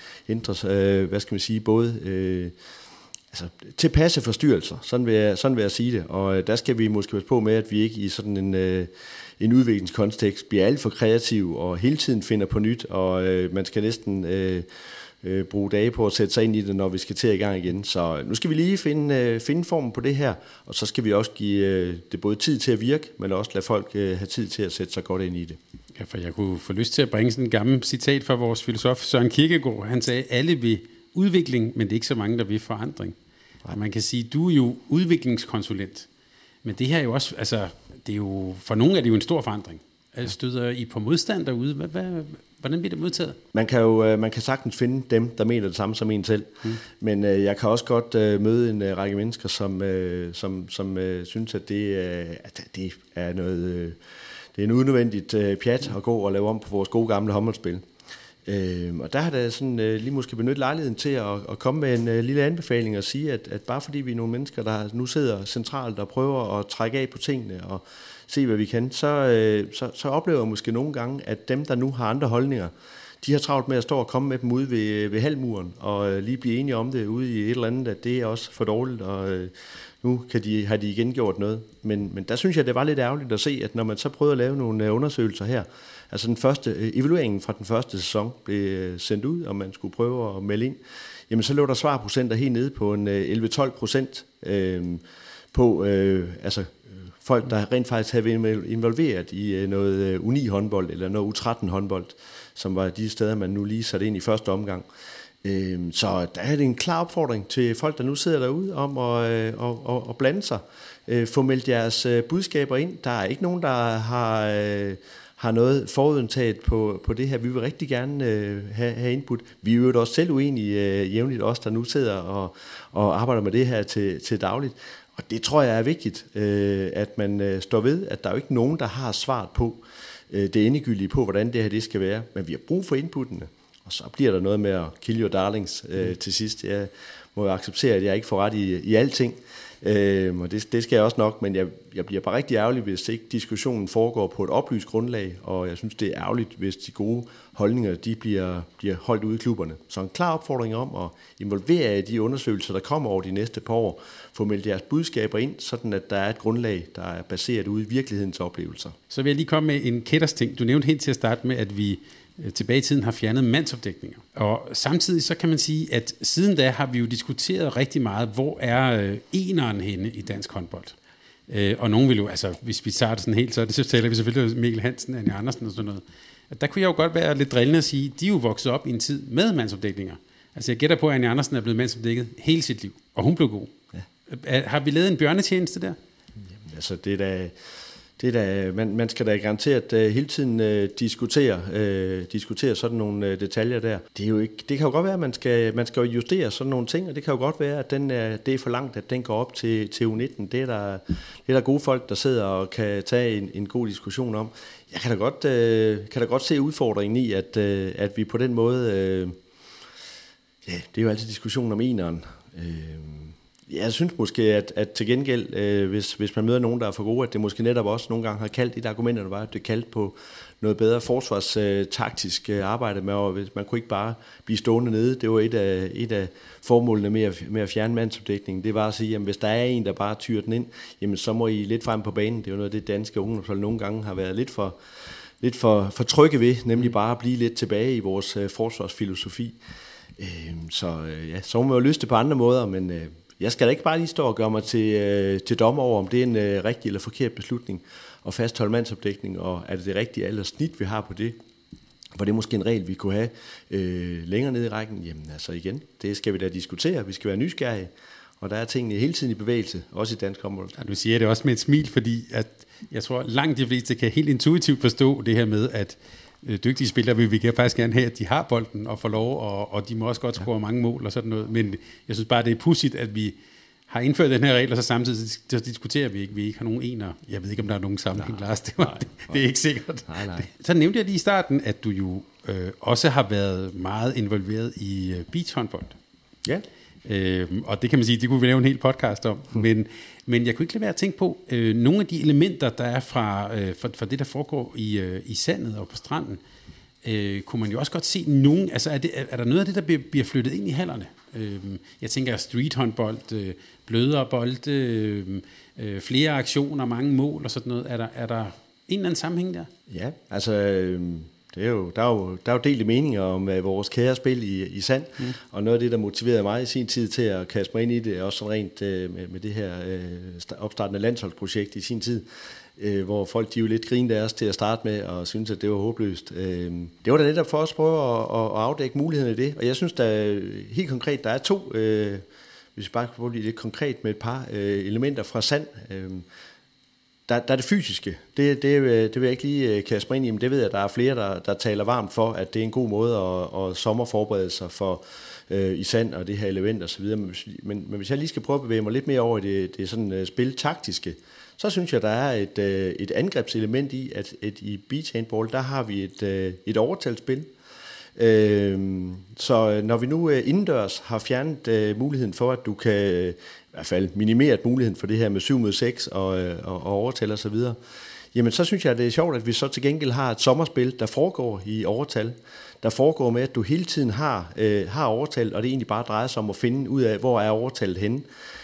ændrer, både tilpasse forstyrrelser, sådan vil jeg sige det. Og der skal vi måske passe på med, at vi ikke i sådan en udviklingskontekst bliver alt for kreativ og hele tiden finder på nyt, og man skal næsten bruge dage på at sætte sig ind i det, når vi skal til i gang igen. Så nu skal vi lige finde formen på det her, og så skal vi også give det både tid til at virke, men også lade folk have tid til at sætte sig godt ind i det. Ja, for jeg kunne få lyst til at bringe sådan en gammel citat fra vores filosof Søren Kierkegaard. Han sagde, alle vil udvikling, men det er ikke så mange, der vil forandring. Og man kan sige, du er jo udviklingskonsulent, men det her er jo også, altså, det er jo, for nogle er det jo en stor forandring. Støder I på modstand derude? Hvordan bliver det modtaget? Man kan sagtens finde dem, der mener det samme som en selv. Men jeg kan også godt møde en række mennesker, som synes, at det er noget, det er en unødvendigt pjat at gå og lave om på vores gode gamle håndboldspil. Og der har der sådan lige måske benyttet lejligheden til at komme med en lille anbefaling og sige, at bare fordi vi er nogle mennesker, der nu sidder centralt og prøver at trække af på tingene og se, hvad vi kan, så oplever jeg måske nogle gange, at dem, der nu har andre holdninger, de har travlt med at stå og komme med dem ude ved halvmuren og lige blive enige om det ude i et eller andet, at det er også for dårligt, og nu har de igen gjort noget. Men der synes jeg, det var lidt ærgerligt at se, at når man så prøvede at lave nogle undersøgelser her, altså den første evalueringen fra den første sæson blev sendt ud, og man skulle prøve at melde ind, jamen så lå der svarprocenter helt nede på en 11-12% på folk, der rent faktisk havde været involveret i noget U9-håndbold eller noget U13-håndbold, som var de steder, man nu lige satte ind i første omgang. Så der er det en klar opfordring til folk, der nu sidder derude, om at blande sig. Få meldt jeres budskaber ind. Der er ikke nogen, der har noget forudtaget på det her. Vi vil rigtig gerne have input. Vi er jo også selv uenige jævnligt, os der nu sidder og arbejder med det her til dagligt. Og det tror jeg er vigtigt, at man står ved, at der er jo ikke nogen, der har svaret på det endegyldige på, hvordan det her det skal være. Men vi har brug for inputtene, og så bliver der noget med at kill your darlings til sidst. Jeg må jo acceptere, at jeg ikke får ret i alting, og det skal jeg også nok, men jeg bliver bare rigtig ærgerlig, hvis ikke diskussionen foregår på et oplyst grundlag, og jeg synes, det er ærgerligt, hvis de gode holdninger de bliver holdt ude i klubberne. Så en klar opfordring om at involvere de undersøgelser, der kommer over de næste par år, få meldt jeres budskaber ind, sådan at der er et grundlag, der er baseret ude i virkelighedens oplevelser. Så vil jeg lige komme med en kættersting. Du nævnte helt til at starte med, at vi tilbage i tiden har fjernet mandsopdækninger. Og samtidig så kan man sige, at siden da har vi jo diskuteret rigtig meget, hvor er eneren henne i dansk håndbold. Og nogen vil jo, altså hvis vi tager det sådan helt, så taler vi selvfølgelig Mikkel Hansen, Anja Andersen og sådan noget. Der kunne jeg jo godt være lidt drillende at sige, de er jo vokset op i en tid med mandsopdækninger. Altså jeg gætter på, at Anja Andersen er blevet mandsopdækket hele sit liv, og hun blev god. Ja. Har vi lavet en bjørnetjeneste der? Jamen, altså det er da, man skal da garanteret hele tiden diskutere sådan nogle detaljer der. Det er jo ikke, det kan jo godt være, at man skal justere sådan nogle ting, og det kan jo godt være, at det er for langt, at den går op til U19. Det er der gode folk, der sidder og kan tage en god diskussion om. Jeg kan da godt se udfordringen i, at vi på den måde, det er jo altid diskussion om eneren. Jeg synes måske, at til gengæld, hvis man møder nogen, der er for gode, at det måske netop også nogle gange har kaldt, et af argumenterne var, at det kaldt på noget bedre forsvarstaktisk arbejde med, og man kunne ikke bare blive stående nede. Det var et af formålene med at fjerne mandsopdækningen. Det var at sige, at hvis der er en, der bare tyrer den ind, jamen så må I lidt frem på banen. Det er jo noget af det danske ungdomshold nogle gange har været lidt for trygge ved, nemlig bare at blive lidt tilbage i vores forsvarsfilosofi. Så må man jo løse det på andre måder, men jeg skal da ikke bare lige stå og gøre mig til dommer over, om det er en rigtig eller forkert beslutning at fastholde mandsopdækning, og er det det rigtige alderssnit, vi har på det? Var det måske en regel, vi kunne have længere nede i rækken? Jamen altså igen, det skal vi da diskutere. Vi skal være nysgerrige, og der er tingene hele tiden i bevægelse, også i dansk håndbold. Ja, du siger det også med et smil, fordi at jeg tror, langt de fleste kan helt intuitivt forstå det her med, at dygtige spillere vil vi faktisk gerne have, at de har bolden og får lov, og de må også godt score mange mål og sådan noget. Men jeg synes bare, det er pudsigt, at vi har indført den her regel, og så samtidig så diskuterer vi ikke har nogen ener. Jeg ved ikke, om der er nogen sammenhæng, Lars. Det er ikke sikkert. Nej. Så nævnte jeg lige i starten, at du jo også har været meget involveret i beachhåndbold. Ja. Og det kan man sige, det kunne vi lave en hel podcast om. Men jeg kunne ikke lade være at tænke på, nogle af de elementer, der er fra det, der foregår i sandet og på stranden, kunne man jo også godt se nogen, altså er der noget af det, der bliver flyttet ind i hallerne? Jeg tænker streethåndbold, blødere bolde, flere aktioner, mange mål og sådan noget. Er der en eller anden sammenhæng der? Ja, altså der er jo delte meninger om vores kære spil i sand, og noget af det, der motiverede mig i sin tid til at kaste mig ind i det, også sådan rent med det her opstartende landsholdsprojekt i sin tid, hvor folk de jo lidt grinede af os til at starte med og synes at det var håbløst. Det var da netop for os at prøve at afdække mulighederne i det, og jeg synes da helt konkret, der er to, hvis vi bare kan blive lidt konkret med et par elementer fra sand. Der er det fysiske. Det vil jeg ikke lige kaste mig ind i, men det ved jeg, at der er flere, der taler varmt for, at det er en god måde at sommerforberede sig for i sand og det her element og så videre. Men hvis jeg lige skal prøve at bevæge mig lidt mere over i det sådan spiltaktiske, så synes jeg, der er et angrebselement i, at i beach handball, der har vi et overtalsspil. Så når vi nu indendørs har fjernet muligheden for, at du kan i hvert fald minimere muligheden for det her med 7 mod 6 og overtal og så videre, jamen så synes jeg, det er sjovt, at vi så til gengæld har et sommerspil, der foregår i overtal, der foregår med, at du hele tiden har overtal, og det egentlig bare drejer sig om at finde ud af, hvor er overtalet henne.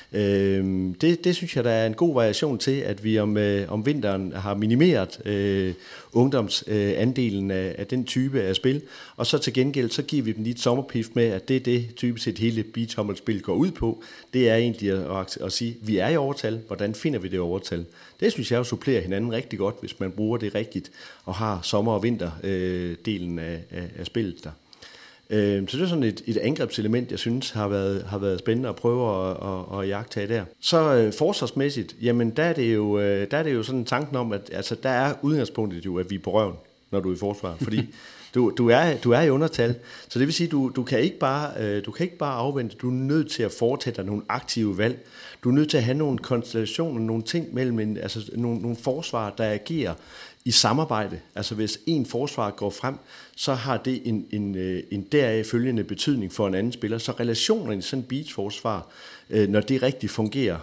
Det synes jeg, der er en god variation til, at vi om vinteren har minimeret ungdomsandelen af den type af spil, og så til gengæld, så giver vi dem lige et sommerpift med, at det er det typisk set hele beachhåndboldspil går ud på. Det er egentlig at sige, vi er i overtal, hvordan finder vi det overtal? Det synes jeg jo supplerer hinanden rigtig godt, hvis man bruger det rigtigt, og har sommer- og vinterdelen af spillet der. Så det er sådan et angrebselement, jeg synes har været spændende at prøve at jagtage der. Så forsvarsmæssigt, jamen der er det jo sådan tanken om, at altså, der er udgangspunktet jo, at vi er på røven, når du er i forsvar, fordi du er i undertal, så det vil sige, du kan ikke bare afvente, du er nødt til at foretage dig nogle aktive valg, du er nødt til at have nogle konstellationer, nogle ting mellem, altså nogle forsvar, der agerer i samarbejde. Altså hvis en forsvar går frem, så har det en deraf følgende betydning for en anden spiller. Så relationerne i sådan en beachforsvar, når det rigtig fungerer,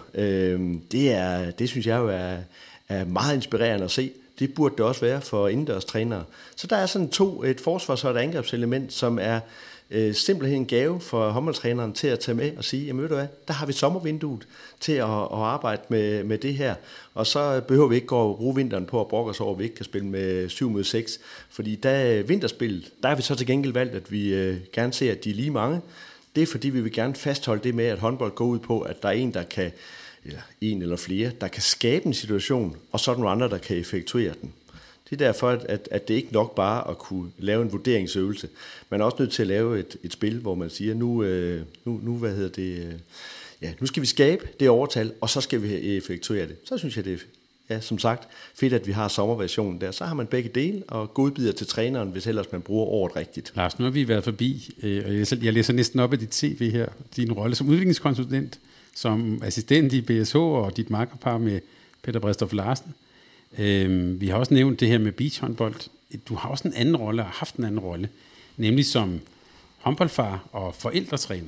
det synes jeg jo er meget inspirerende at se. Det burde det også være for indendørs trænere. Så der er sådan et forsvars- og et angrebselement, som er simpelthen en gave for håndboldtræneren til at tage med og sige, jamen ved du hvad, der har vi sommervinduet til at arbejde med det her, og så behøver vi ikke gå og bruge vinteren på at brokke os over, at vi ikke kan spille med 7 mod 6, fordi vinterspillet, der har vi så til gengæld valgt, at vi gerne ser, at de er lige mange. Det er fordi, vi vil gerne fastholde det med, at håndbold går ud på, at der er en, der kan, eller en eller flere, der kan skabe en situation, og så er der nogle andre, der kan effektuere den. Det er derfor, at det ikke nok bare at kunne lave en vurderingsøvelse. Man er også nødt til at lave et spil, hvor man siger, nu skal vi skabe det overtal, og så skal vi effektuere det. Så synes jeg, det er som sagt fedt, at vi har sommerversionen der. Så har man begge dele, og godbider til træneren, hvis ellers man bruger ordet rigtigt. Lars, nu har vi været forbi, og jeg læser næsten op af dit CV her, din rolle som udviklingskonsulent, som assistent i BSH og dit makkerpar med Peter Brædstof Larsen. Vi har også nævnt det her med beachhåndbold. Du har også en anden rolle, og haft en anden rolle, nemlig som håndboldfar og forældretræner.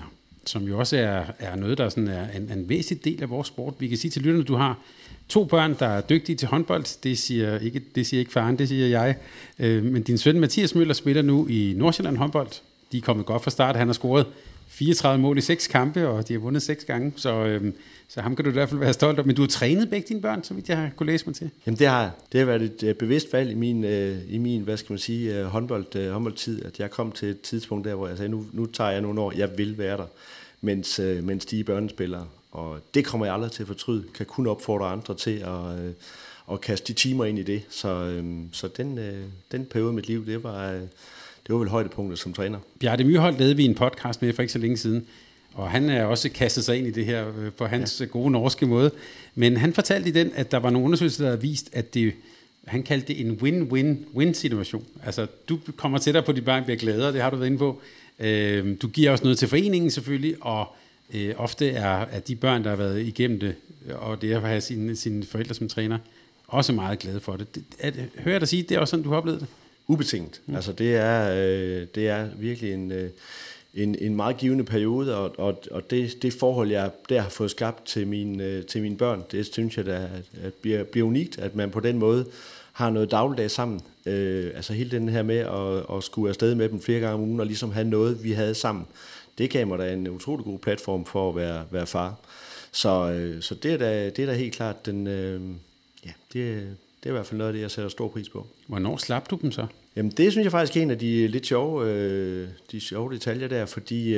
som jo også er noget, der sådan er en væsentlig del af vores sport. Vi kan sige til lytterne, at du har 2 børn, der er dygtige til håndbold. Det siger ikke faren, det siger jeg. Men din søn Mathias Møller spiller nu i Nordsjælland håndbold. De er kommet godt fra start. Han har scoret 34 mål i 6 kampe, og de har vundet 6 gange. Så ham kan du i hvert fald være stolt af. Men du har trænet begge dine børn, så vidt jeg har kunne læse mig til. Jamen det har jeg. Det har været et bevidst valg i min hvad skal man sige, håndboldtid, at jeg kom til et tidspunkt der, hvor jeg sagde, nu tager jeg nogle år, jeg vil være der, mens de er børnespillere. Og det kommer jeg aldrig til at fortryde. Kan kun opfordre andre til at kaste de timer ind i det. Så den periode af mit liv, det var vel højdepunktet som træner. Bjarte Myrholt lavede vi en podcast med for ikke så længe siden, og han er også kastet sig ind i det her på hans gode norske måde. Men han fortalte i den, at der var nogle undersøgelser, der havde vist, at han kaldte det en win-win-win situation. Altså, du kommer tættere på, at dit barn bliver gladere, det har du været inde på. Du giver også noget til foreningen selvfølgelig, og ofte er de børn, der har været igennem det, og det at have sine forældre som træner, også meget glade for det. Hører jeg dig sige, det er også sådan, du har oplevet det? Ubetinget. Altså det er virkelig en meget givende periode, og det forhold, jeg der har fået skabt til mine børn, det synes jeg, at bliver unikt, at man på den måde har noget dagligdag sammen. Altså hele den her med at skulle afsted med dem flere gange om ugen, og ligesom have noget, vi havde sammen. Det gav mig da en utrolig god platform for at være far. Så det er da helt klart det er i hvert fald noget af det, jeg sætter stor pris på. Hvornår slap du dem så? Jamen det synes jeg faktisk er en af de lidt sjove detaljer der, fordi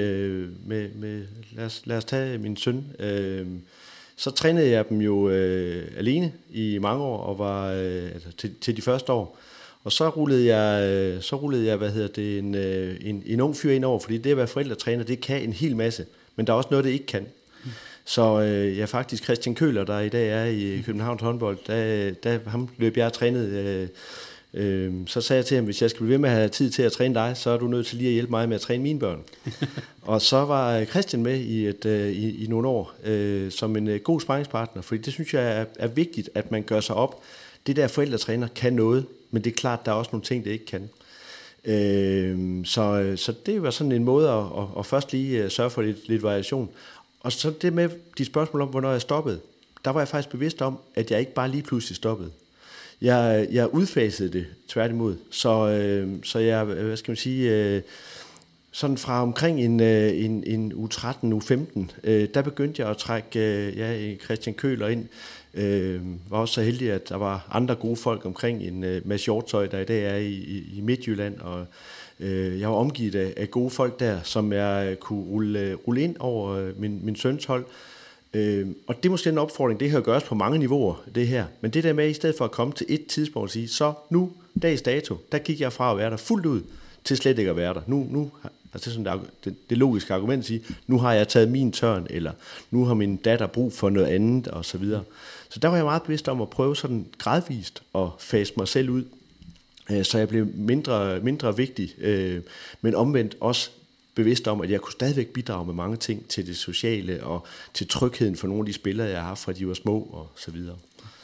lad os tage min søn. Så trænede jeg dem jo alene i mange år, og var til de første år. Og så rullede jeg en ung fyr ind over, fordi det at være forældretræner, det kan en hel masse, men der er også noget, det ikke kan. Så jeg faktisk Christian Køhler, der i dag er i Københavns håndbold, da ham løb jeg trænet. Så sagde jeg til ham, hvis jeg skal blive ved med at have tid til at træne dig, så er du nødt til lige at hjælpe mig med at træne mine børn. Og så var Christian med i nogle år som en god sparringspartner, fordi det synes jeg er vigtigt, at man gør sig op. Det der forældretræner kan noget, men det er klart, der er også nogle ting, det ikke kan. Så det var sådan en måde at først lige sørge for lidt variation. Og så det med de spørgsmål om, hvornår jeg stoppede, der var jeg faktisk bevidst om, at jeg ikke bare lige pludselig stoppede. Jeg udfasede det tværtimod, så jeg, hvad skal man sige, sådan fra omkring en U13, U15, der begyndte jeg at trække Christian Køhler ind. Var også så heldig, at der var andre gode folk omkring en Mads Hjortøj, der i dag er i Midtjylland, og jeg var omgivet af gode folk der, som jeg kunne rulle ind over min søns hold. Og det er måske en opfordring, det kan gøres på mange niveauer, det her. Men det der med, i stedet for at komme til et tidspunkt og sige, så nu, dags dato, der gik jeg fra at være der fuldt ud, til slet ikke at være der. Nu altså det er sådan det logiske argument at sige, nu har jeg taget min tørn, eller nu har min datter brug for noget andet, og så videre. Så der var jeg meget bevidst om at prøve sådan gradvist at fase mig selv ud, så jeg blev mindre vigtig, men omvendt også bevidst om, at jeg kunne stadigvæk bidrage med mange ting til det sociale og til trygheden for nogle af de spillere, jeg har haft fra de var små og så videre.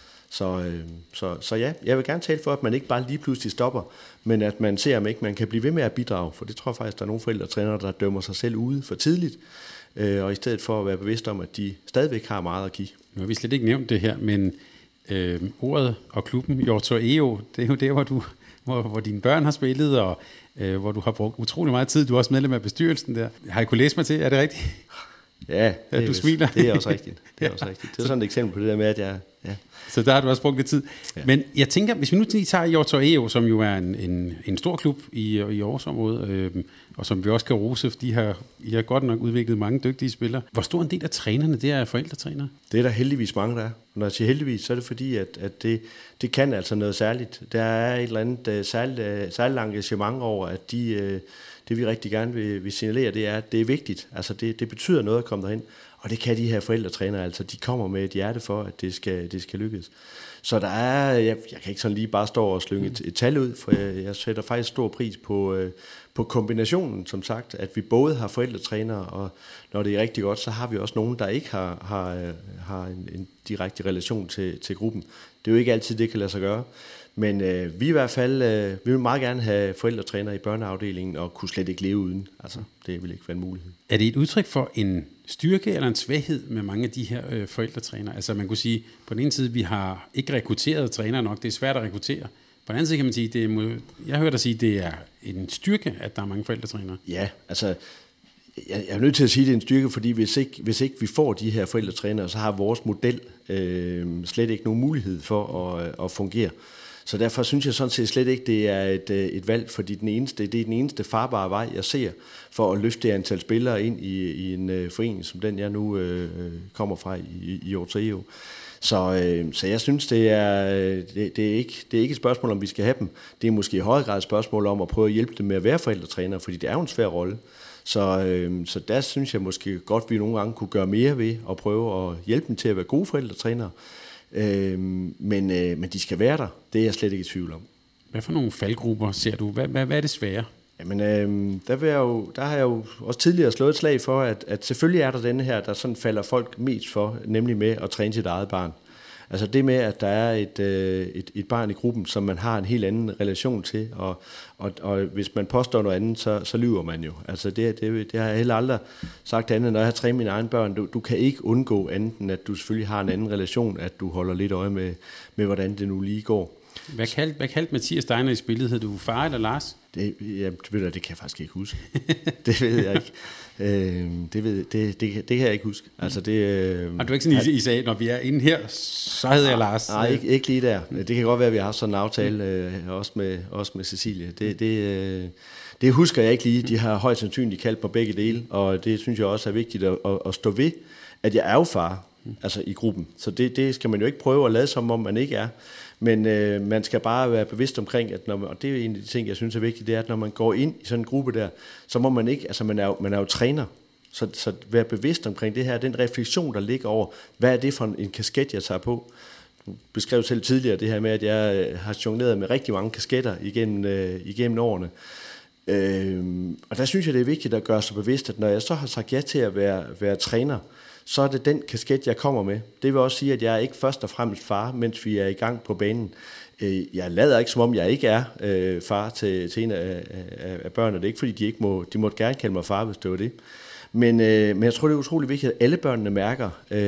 Så ja, jeg vil gerne tale for, at man ikke bare lige pludselig stopper, men at man ser, om ikke man kan blive ved med at bidrage, for det tror jeg faktisk, der er nogle forældretrænere, der dømmer sig selv ude for tidligt, og i stedet for at være bevidst om, at de stadigvæk har meget at give. Nu har vi slet ikke nævnt det her, men ordet og klubben Hjortøj EO, det er jo der, hvor dine børn har spillet, og hvor du har brugt utrolig meget tid. Du er også medlem af bestyrelsen der. Har I kunnet læse mig til? Er det rigtigt? Ja, du smiler. Det er også rigtigt. Det er sådan et eksempel på det der med, at jeg... Ja. Så der har du også brugt lidt tid. Ja. Men jeg tænker, hvis vi nu lige tager Hjortøj EO, som jo er en stor klub i Aarhusområdet, og som vi også kan rose, for I har godt nok udviklet mange dygtige spillere. Hvor stor en del af trænerne, det er forældretrænere? Det er der heldigvis mange, der er. Og når jeg siger heldigvis, så er det fordi, at det kan altså noget særligt. Der er et eller andet særligt engagement over, at det vi rigtig gerne vil signalere, det er, at det er vigtigt. Altså det betyder noget at komme derhen. Og det kan de her forældretrænere, altså de kommer med et hjerte for, at det skal lykkes. Så der er, jeg kan ikke sådan lige bare stå og slynge et tal ud, for jeg sætter faktisk stor pris på kombinationen, som sagt, at vi både har forældretrænere, og når det er rigtig godt, så har vi også nogen, der ikke har en direkte relation til gruppen. Det er jo ikke altid, det kan lade sig gøre. Men vi i hvert fald, vi vil meget gerne have forældretræner i børneafdelingen, og kunne slet ikke leve uden. Altså, det vil ikke være en mulighed. Er det et udtryk for en styrke eller en svaghed med mange af de her forældretræner? Altså man kunne sige, på den ene side, vi har ikke rekrutteret trænere nok, det er svært at rekruttere. På den anden side kan man sige, jeg hører dig sige, det er en styrke, at der er mange forældretrænere. Ja, altså jeg er nødt til at sige, at det er en styrke, fordi hvis ikke vi får de her forældretrænere, så har vores model slet ikke nogen mulighed for at fungere. Så derfor synes jeg sådan set slet ikke, det er et valg, fordi det er den eneste farbare vej, jeg ser, for at løfte det antal spillere ind i en forening, som den jeg nu kommer fra i Orteo. Så jeg synes, det er ikke et spørgsmål, om vi skal have dem. Det er måske i højere grad et spørgsmål om at prøve at hjælpe dem med at være forældretræner, fordi det er jo en svær rolle. Så der synes jeg måske godt, vi nogle gange kunne gøre mere ved at prøve at hjælpe dem til at være gode forældretrænere. Men de skal være der. Det er jeg slet ikke i tvivl om. Hvad for nogle faldgrupper ser du? Hvad er det svære? Jamen, der har jeg jo også tidligere slået et slag for, at selvfølgelig er der denne her, der sådan falder folk mest for, nemlig med at træne sit eget barn. Altså det med, at der er et barn i gruppen, som man har en helt anden relation til, og hvis man påstår noget andet, så lyver man jo. Altså det har jeg heller aldrig sagt andet, når jeg har trænet mine egne børn. Du kan ikke undgå andet, end at du selvfølgelig har en anden relation, at du holder lidt øje med hvordan det nu lige går. Hvad kaldte Mathias dig, når I spillede? Hed du far eller Lars? Det kan jeg faktisk ikke huske. Det ved jeg ikke. Det kan jeg ikke huske. Altså og du er ikke sådan, I sagde, når vi er inde her, så hedder jeg Lars? Nej, ikke lige der. Det kan godt være, at vi har haft sådan en aftale, også med Cecilie. Det husker jeg ikke lige. De har højst sandsynligt kaldt på begge dele, og det synes jeg også er vigtigt at stå ved, at jeg er jo far, altså i gruppen. Så det skal man jo ikke prøve at lade som om man ikke er. Men man skal bare være bevidst omkring, at og det er en af de ting, jeg synes er vigtigt, det er, at når man går ind i sådan en gruppe der, så må man ikke, altså man er jo træner, så være bevidst omkring det her, den refleksion, der ligger over, hvad er det for en kasket, jeg tager på. Du beskrev selv tidligere det her med, at jeg har jongleret med rigtig mange kasketter igennem årene. Og der synes jeg, det er vigtigt at gøre sig bevidst, at når jeg så har sagt ja til at være træner, så er det den kasket, jeg kommer med. Det vil også sige, at jeg er ikke først og fremmest far, mens vi er i gang på banen. Jeg lader ikke, som om jeg ikke er far til en af børnene. Det er ikke, fordi de måtte gerne kalde mig far, hvis det var det. Men jeg tror, det er utrolig vigtigt, at alle børnene mærker,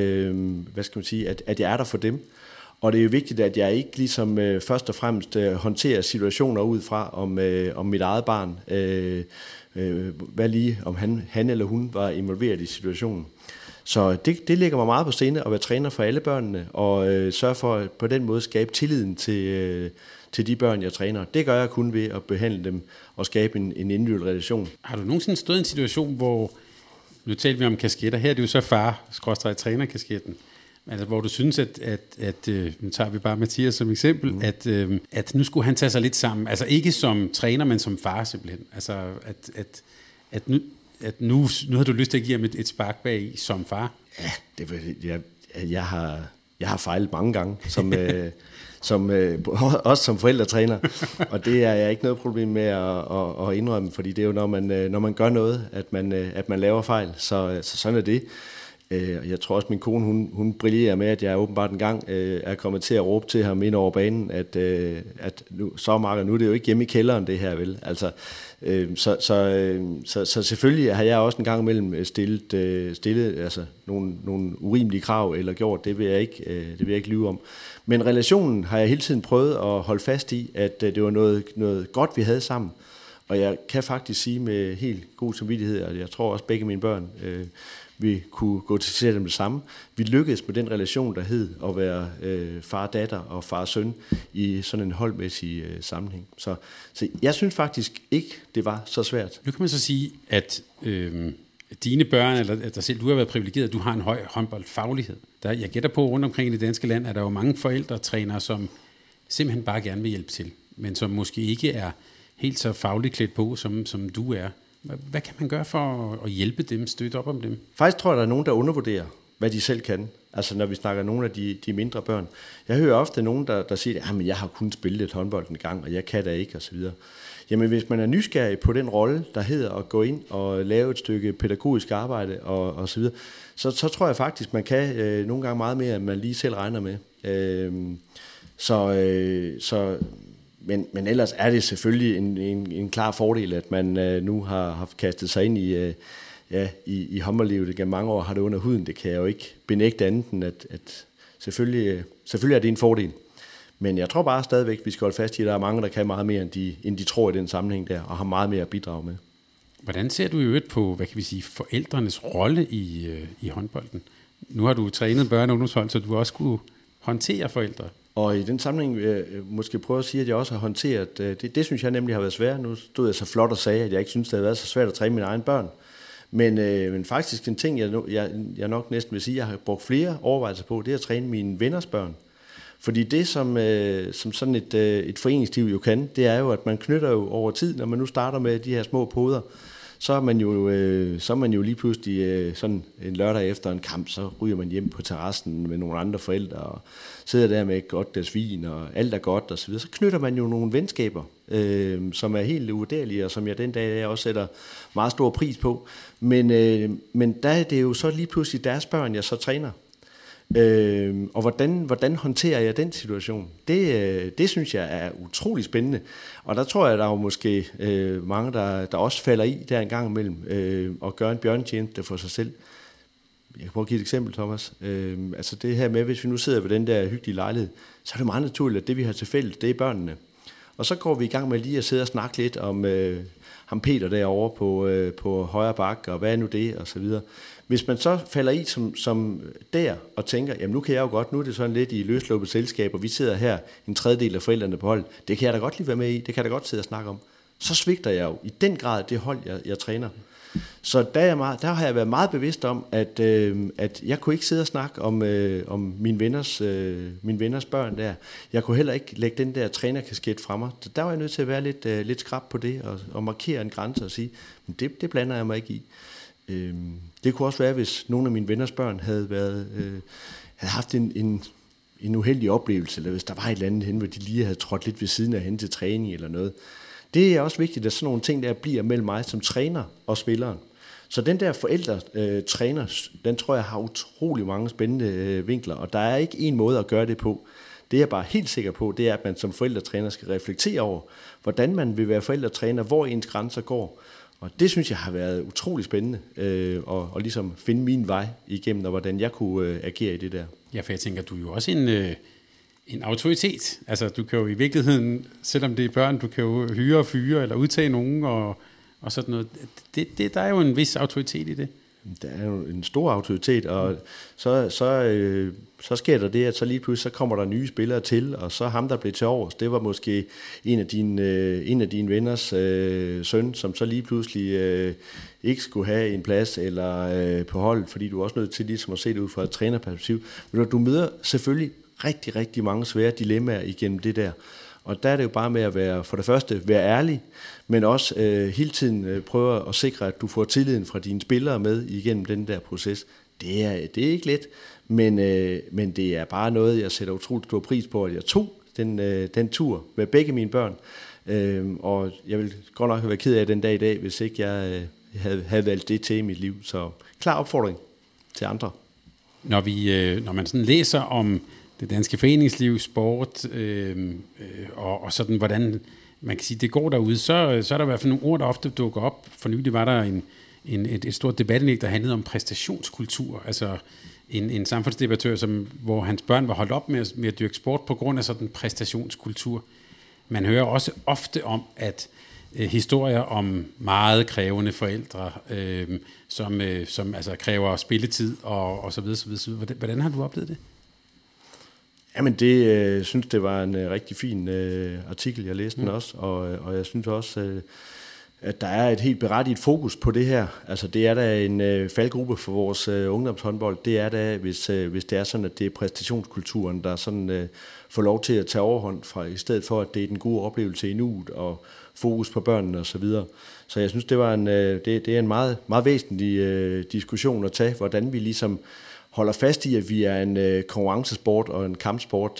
at jeg er der for dem. Og det er jo vigtigt, at jeg ikke ligesom først og fremmest håndterer situationer ud fra om mit eget barn. Hvad lige, om han eller hun var involveret i situationen. Så det ligger mig meget på sinde at være træner for alle børnene, og sørge for at på den måde skabe tilliden til de børn, jeg træner. Det gør jeg kun ved at behandle dem og skabe en individuel relation. Har du nogensinde stået i en situation, hvor, nu talte vi om kasketter, her er det jo så far-træner-kasketten, altså hvor du synes, at nu tager vi bare Mathias som eksempel, at nu skulle han tage sig lidt sammen, altså ikke som træner, men som far simpelthen, altså at nu har du lyst til at give ham et spark bag som far? Ja, jeg har fejlet mange gange, også som forældretræner, og det er jeg ikke noget problem med at indrømme, fordi det er jo, når man gør noget, at man laver fejl, så sådan er det. Jeg tror også, min kone, hun brillerer med, at jeg åbenbart en gang er kommet til at råbe til ham ind over banen, at nu, Marker, nu er det jo ikke hjemme i kælderen, det her, vel? Altså, så selvfølgelig har jeg også en gang imellem stillet altså nogle urimelige krav, eller gjort, det vil jeg ikke lyve om. Men relationen har jeg hele tiden prøvet at holde fast i, at det var noget godt, vi havde sammen. Og jeg kan faktisk sige med helt god samvittighed, og jeg tror også begge mine børn, vi kunne gå til sætte dem det samme. Vi lykkedes med den relation, der hed at være far-datter og far-søn i sådan en holdmæssig sammenhæng. Så jeg synes faktisk ikke, det var så svært. Nu kan man så sige, at dine børn, eller dig selv, du har været privilegeret, du har en høj håndboldfaglighed. Jeg gætter på, rundt omkring i det danske land, er der jo mange forældretrænere, som simpelthen bare gerne vil hjælpe til, men som måske ikke er helt så fagligt klædt på, som du er. Hvad kan man gøre for at hjælpe dem, støtte op om dem? Faktisk tror jeg, der er nogen, der undervurderer, hvad de selv kan. Altså når vi snakker nogle af de mindre børn. Jeg hører ofte nogen, der siger, at jeg har kun spillet et håndbold en gang, og jeg kan da ikke, osv. Jamen hvis man er nysgerrig på den rolle, der hedder at gå ind og lave et stykke pædagogisk arbejde og så videre, så tror jeg faktisk, man kan nogle gange meget mere, end man lige selv regner med. Men ellers er det selvfølgelig en klar fordel, at man nu har kastet sig ind i håndboldlivet gennem mange år, har det under huden. Det kan jeg jo ikke benægte andet end, at selvfølgelig er det en fordel. Men jeg tror bare stadigvæk, vi skal holde fast i, at der er mange, der kan meget mere, end de tror i den sammenhæng der, og har meget mere at bidrage med. Hvordan ser du i øvrigt på, hvad kan vi sige, forældrenes rolle i håndbolden? Nu har du trænet børne- og ungdomshold, så du også kunne håndtere forældre. Og i den sammenhæng vil jeg måske prøve at sige, at jeg også har håndteret, det synes jeg nemlig har været svært. Nu stod jeg så flot og sagde, at jeg ikke synes, det har været så svært at træne mine egne børn. Men faktisk en ting, jeg nok næsten vil sige, jeg har brugt flere overvejelser på, det er at træne mine venners børn. Fordi det, som sådan et foreningsliv jo kan, det er jo, at man knytter jo over tid, når man nu starter med de her små poder, så er man jo lige pludselig sådan en lørdag efter en kamp, så ryger man hjem på terrassen med nogle andre forældre og sidder der med et godt glas vin og alt er godt og så videre. Så knytter man jo nogle venskaber, som er helt uvurderlige og som jeg den dag også sætter meget stor pris på. Men der er det jo så lige pludselig deres børn, jeg så træner. Og hvordan håndterer jeg den situation? Det synes jeg er utrolig spændende. Og der tror jeg, der er jo måske mange, der også falder i der en gang imellem og gør en bjørnetjeneste for sig selv. Jeg kan prøve at give et eksempel, Thomas. Altså det her med, hvis vi nu sidder ved den der hyggelige lejlighed, så er det meget naturligt, at det vi har til fælles, det er børnene. Og så går vi i gang med lige at sidde og snakke lidt om ham Peter derovre på højre bakke, og hvad er nu det, og så videre. Hvis man så falder i som der og tænker, jamen nu kan jeg jo godt, nu er det sådan lidt i løsluppet selskab, og vi sidder her en tredjedel af forældrene på hold, det kan jeg da godt lige være med i, det kan jeg da godt sidde og snakke om. Så svigter jeg jo i den grad det hold, jeg træner. Så der har jeg været meget bevidst om, at jeg kunne ikke sidde og snakke om mine venners børn der. Jeg kunne heller ikke lægge den der trænerkasket fra mig. Så der var jeg nødt til at være lidt skrap på det, og markere en grænse og sige, men det blander jeg mig ikke i. Det kunne også være, hvis nogle af mine venners børn havde haft en uheldig oplevelse, eller hvis der var et eller andet hen, hvor de lige havde trådt lidt ved siden af hen til træning eller noget. Det er også vigtigt, at sådan nogle ting der bliver mellem mig som træner og spilleren. Så den der forældre-træner, den tror jeg har utrolig mange spændende vinkler, og der er ikke en måde at gøre det på. Det jeg bare helt sikker på, det er, at man som forældretræner skal reflektere over, hvordan man vil være forældretræner, hvor ens grænser går. Og det synes jeg har været utrolig spændende, og ligesom finde min vej igennem, og hvordan jeg kunne agere i det der. Ja, for jeg tænker, du er jo også en autoritet. Altså, du kan jo i virkeligheden, selvom det er børn, du kan jo hyre og fyre, eller udtage nogen, og sådan noget. Der er jo en vis autoritet i det. Der er jo en stor autoritet, og så sker der det, at så lige pludselig så kommer der nye spillere til, og så ham, der blev til overs, det var måske en af dine venners søn, som så lige pludselig ikke skulle have en plads eller på hold, fordi du er også nødt til ligesom at se det ud fra et trænerperspektiv. Men du møder selvfølgelig rigtig, rigtig mange svære dilemmaer igennem det der. Og der er det jo bare med at for det første være ærlig, men også hele tiden prøve at sikre, at du får tilliden fra dine spillere med igennem den der proces. Det er ikke let, men det er bare noget, jeg sætter utroligt stor pris på, at jeg tog den tur med begge mine børn. Og jeg ville godt nok have været ked af den dag i dag, hvis ikke jeg havde valgt det til i mit liv. Så klar opfordring til andre. Når man sådan læser om det danske foreningsliv, sport og sådan, hvordan man kan sige, det går derude, så er der i hvert fald nogle ord, der ofte dukker op. For nylig var der et stort debatindlæg, der handlede om præstationskultur. Altså en samfundsdebattør, hvor hans børn var holdt op med at dyrke sport på grund af sådan en præstationskultur. Man hører også ofte om, at historier om meget krævende forældre, som altså kræver spilletid og så videre, så videre. Hvordan har du oplevet det? Jamen synes det var en rigtig fin artikel, jeg læste den også, og jeg synes også, at der er et helt berettiget fokus på det her. Altså det er da en faldgruppe for vores ungdomshåndbold. Det er da, hvis det er sådan, at det er præstationskulturen, der sådan får lov til at tage overhånd fra, i stedet for, at det er den gode oplevelse i nuet og fokus på børnene og så videre. Så jeg synes, det er en meget, meget væsentlig diskussion at tage, hvordan vi ligesom holder fast i, at vi er en konkurrencesport og en kampsport,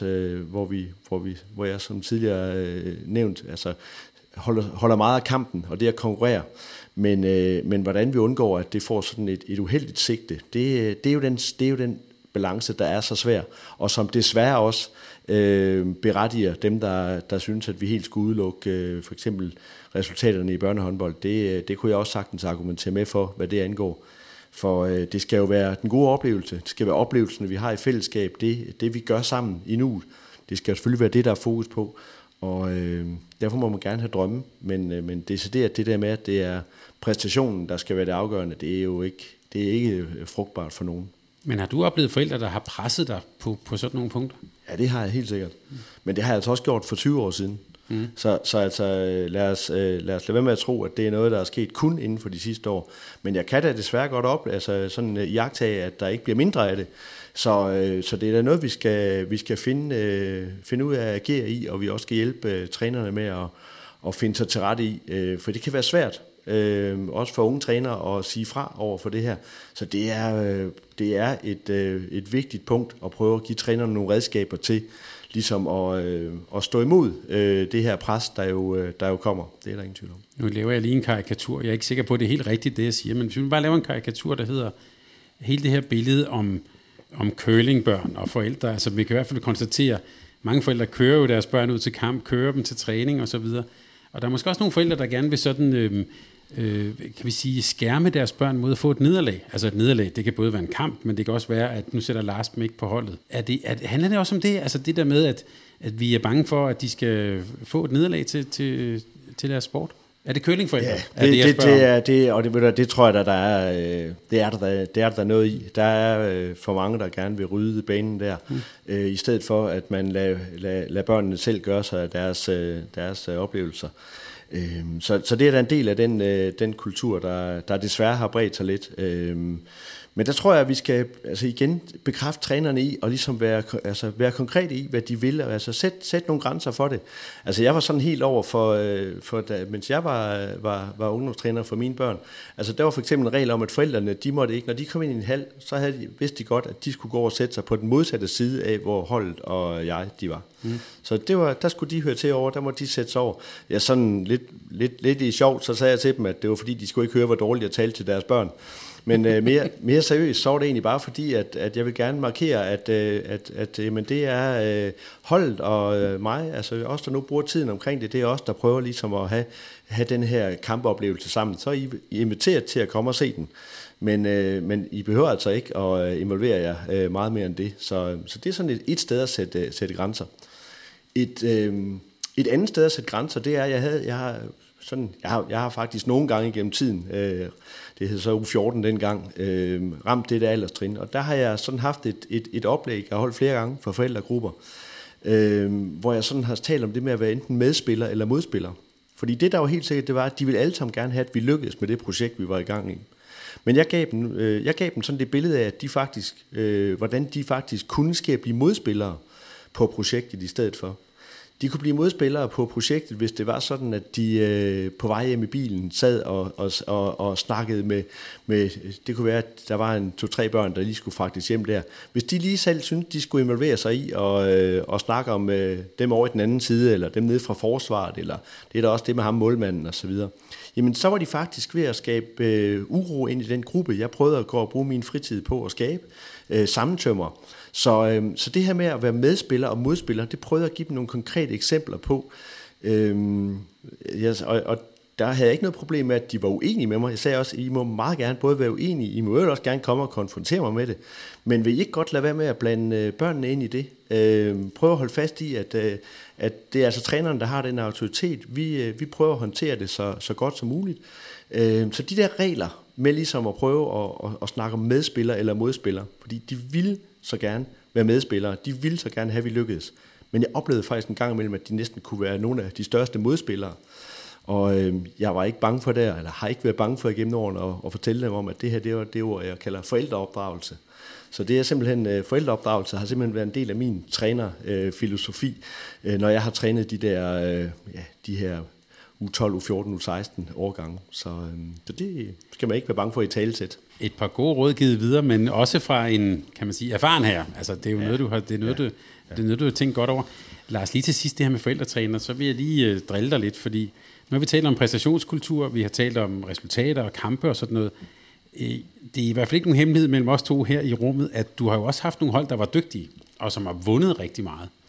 hvor jeg som tidligere nævnt, altså holder meget af kampen og det at konkurrere. Men hvordan vi undgår, at det får sådan et uheldigt sigte, det er jo den balance, der er så svær, og som desværre også berettiger dem, der synes, at vi helt skulle udelukke for eksempel resultaterne i børnehåndbold. Det kunne jeg også sagtens argumentere med for, hvad det angår. For det skal jo være den gode oplevelse. Det skal være oplevelsen, vi har i fællesskab. Det vi gør sammen i nuet. Det skal selvfølgelig være det, der er fokus på. Og derfor må man gerne have drømme. Men decideret det der med, at det er præstationen, der skal være det afgørende, det er ikke frugtbart for nogen. Men har du oplevet forældre, der har presset dig på sådan nogle punkter? Ja, det har jeg helt sikkert. Men det har jeg altså også gjort for 20 år siden. Så altså, lad os lade være med at tro, at det er noget, der er sket kun inden for de sidste år. Men jeg kan da desværre godt iagttage, at der ikke bliver mindre af det. Så det er da noget, vi skal finde ud af at agere i, og vi også skal hjælpe trænerne med at finde sig til rette i. For det kan være svært, også for unge trænere, at sige fra over for det her. Så det er et vigtigt punkt at prøve at give trænerne nogle redskaber til, ligesom at stå imod det her pres, der jo kommer. Det er der ingen tvivl om. Nu laver jeg lige en karikatur. Jeg er ikke sikker på, at det er helt rigtigt, det jeg siger, men hvis vi bare laver en karikatur, der hedder hele det her billede om curlingbørn og forældre. Altså vi kan i hvert fald konstatere, mange forældre kører jo deres børn ud til kamp, kører dem til træning og så videre. Og der er måske også nogle forældre, der gerne vil sådan, kan vi sige, skærme deres børn mod at få et nederlag. Altså et nederlag, det kan både være en kamp, men det kan også være, at nu sætter Lars dem ikke på holdet. Handler det også om det? Altså det der med, at vi er bange for, at de skal få et nederlag til deres sport? Er det curlingforældre? Ja, det tror jeg, der er der noget i. Der er for mange, der gerne vil rydde banen der, i stedet for, at man lader børnene selv gøre sig af deres oplevelser. Så det er da en del af den kultur, der desværre har bredt sig lidt. Men der tror jeg, at vi skal igen bekræfte trænerne i, og ligesom være konkrete i, hvad de vil, og sætte nogle grænser for det. Altså jeg var sådan helt over mens jeg var ungdomstræner for mine børn. Altså der var for eksempel en regel om, at forældrene, de måtte ikke, når de kom ind i en hal, så vidste de godt, at de skulle gå over og sætte sig på den modsatte side af, hvor holdet og de var. Så der skulle de høre til over, der må de sætte sig over. Jeg sådan lidt i sjovt, så sagde jeg til dem, at det var fordi, de skulle ikke høre, hvor dårligt jeg talte til deres børn. Men mere seriøst, så var det egentlig bare fordi, at jeg vil gerne markere, at men det er holdet og mig, altså os, der nu bruger tiden omkring det, det er os, der prøver ligesom at have den her kampoplevelse sammen. Så er I inviteret til at komme og se den. Men I behøver altså ikke at involvere jer meget mere end det. Så det er sådan et sted at sætte grænser. Et andet sted at sætte grænser, det er, jeg har faktisk nogle gange igennem tiden, det hed så U14 dengang, ramt det der alderstrin, og der har jeg sådan haft et oplæg, jeg har holdt flere gange for forældregrupper, hvor jeg sådan har talt om det med at være enten medspiller eller modspiller. Fordi det der var helt sikkert, det var, at de ville alle sammen gerne have, at vi lykkedes med det projekt, vi var i gang i. Men jeg gav dem sådan det billede af, at de faktisk, hvordan de faktisk kunne ske at blive modspillere på projektet i stedet for. De kunne blive modspillere på projektet, hvis det var sådan, at de på vej hjem i bilen sad og snakkede med, det kunne være, at der var 2-3 børn, der lige skulle fragtes hjem der. Hvis de lige selv syntes, de skulle involvere sig i og snakke om dem over i den anden side, eller dem nede fra forsvaret, eller det er da også det med ham målmanden osv., jamen så var de faktisk ved at skabe uro ind i den gruppe. Jeg prøvede at gå og bruge min fritid på at skabe sammentømmer. Så det her med at være medspiller og modspiller, det prøvede jeg at give dem nogle konkrete eksempler på. Og der havde jeg ikke noget problem med, at de var uenige med mig. Jeg sagde også, at I må meget gerne både være uenige, I må også gerne komme og konfrontere mig med det. Men vil I ikke godt lade være med at blande børnene ind i det? Prøv at holde fast i, at det er altså træneren, der har den autoritet. Vi prøver at håndtere det så godt som muligt. Så de der regler med ligesom at prøve at snakke om medspiller eller modspiller, fordi de vil så gerne være medspillere, de ville så gerne have, at vi lykkedes. Men jeg oplevede faktisk en gang imellem, at de næsten kunne være nogle af de største modspillere. Og jeg var ikke bange for det, eller har ikke været bange for igennem årene at fortælle dem om, at det her, det var det ord, jeg kalder forældreopdragelse. Så det er simpelthen, forældreopdragelse har simpelthen været en del af min trænerfilosofi, når jeg har trænet de her U12, U14, U16 årgange. Så det skal man ikke være bange for i talesæt. Et par gode råd givet videre, men også fra en, kan man sige, erfaren her. Altså det er jo noget, du har, det er noget, du har tænkt godt over. Lars, lige til sidst det her med forældretræner, så vil jeg lige drille dig lidt, fordi nu har vi talt om præstationskultur, vi har talt om resultater og kampe og sådan noget. Det er i hvert fald ikke nogen hemmelighed mellem os to her i rummet, at du har jo også haft nogle hold, der var dygtige, og som har vundet rigtig meget.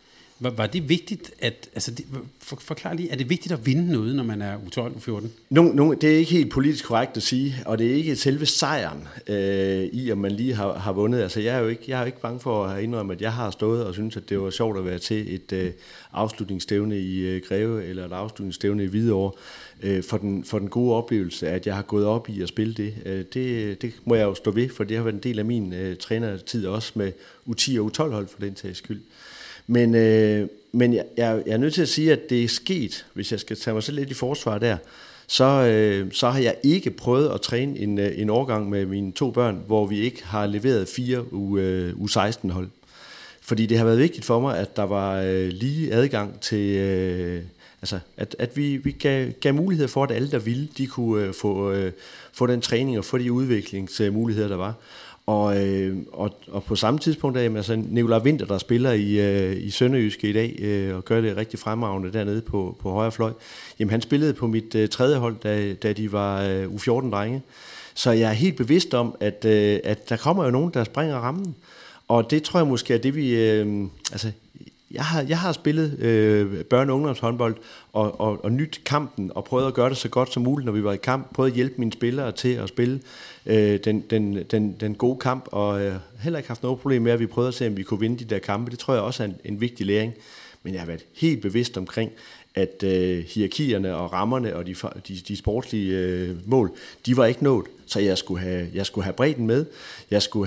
Var det vigtigt, forklar lige, er det vigtigt at vinde noget, når man er U12, U14? Det er ikke helt politisk korrekt at sige, og det er ikke selve sejren i, om man lige har vundet. Altså, jeg er jo ikke bange for at indrømme, at jeg har stået og synes, at det var sjovt at være til et afslutningsstævne i Greve, eller et afslutningsstævne i Hvidovre, for den gode oplevelse, at jeg har gået op i at spille det. Det må jeg jo stå ved, for det har været en del af min trænertid også med U10 og U12-hold for den tages skyld. Men jeg er nødt til at sige, at det er sket, hvis jeg skal tage mig selv lidt i forsvar der, så har jeg ikke prøvet at træne en årgang med mine 2 børn, hvor vi ikke har leveret 4 U16-hold. Fordi det har været vigtigt for mig, at der var lige adgang til, at vi gav muligheder for, at alle, der ville, de kunne få den træning og få de udviklingsmuligheder, der var. Og på samme tidspunkt, Nicolai Winther, der spiller i Sønderjyske i dag, og gør det rigtig fremragende dernede på højre fløj, jamen han spillede på mit 3. hold, da de var U14-drenge. Så jeg er helt bevidst om, at der kommer jo nogen, der springer rammen. Og det tror jeg måske er det, vi... Jeg har spillet børne- og ungdomshåndbold og nyt kampen og prøvet at gøre det så godt som muligt, når vi var i kamp. Prøvet at hjælpe mine spillere til at spille den gode kamp, og heller ikke haft noget problem med, at vi prøvede at se, om vi kunne vinde de der kampe. Det tror jeg også er en vigtig læring. Men jeg har været helt bevidst omkring, at hierarkierne og rammerne og de sportslige mål, de var ikke nået. Så jeg skulle have bredden med. Jeg skulle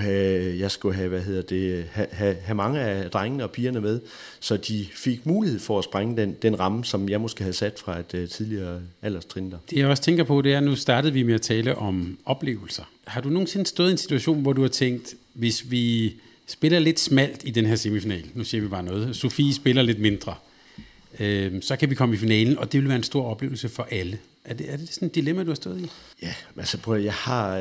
have mange af drengene og pigerne med, så de fik mulighed for at sprænge den ramme, som jeg måske havde sat fra et tidligere alderstrin der. Det jeg også tænker på, det er, nu startede vi med at tale om oplevelser. Har du nogensinde stået i en situation, hvor du har tænkt, hvis vi spiller lidt smalt i den her semifinal, nu siger vi bare noget, Sofie spiller lidt mindre, så kan vi komme i finalen, og det vil være en stor oplevelse for alle. Er det sådan et dilemma, du har stået i? Ja, altså jeg har...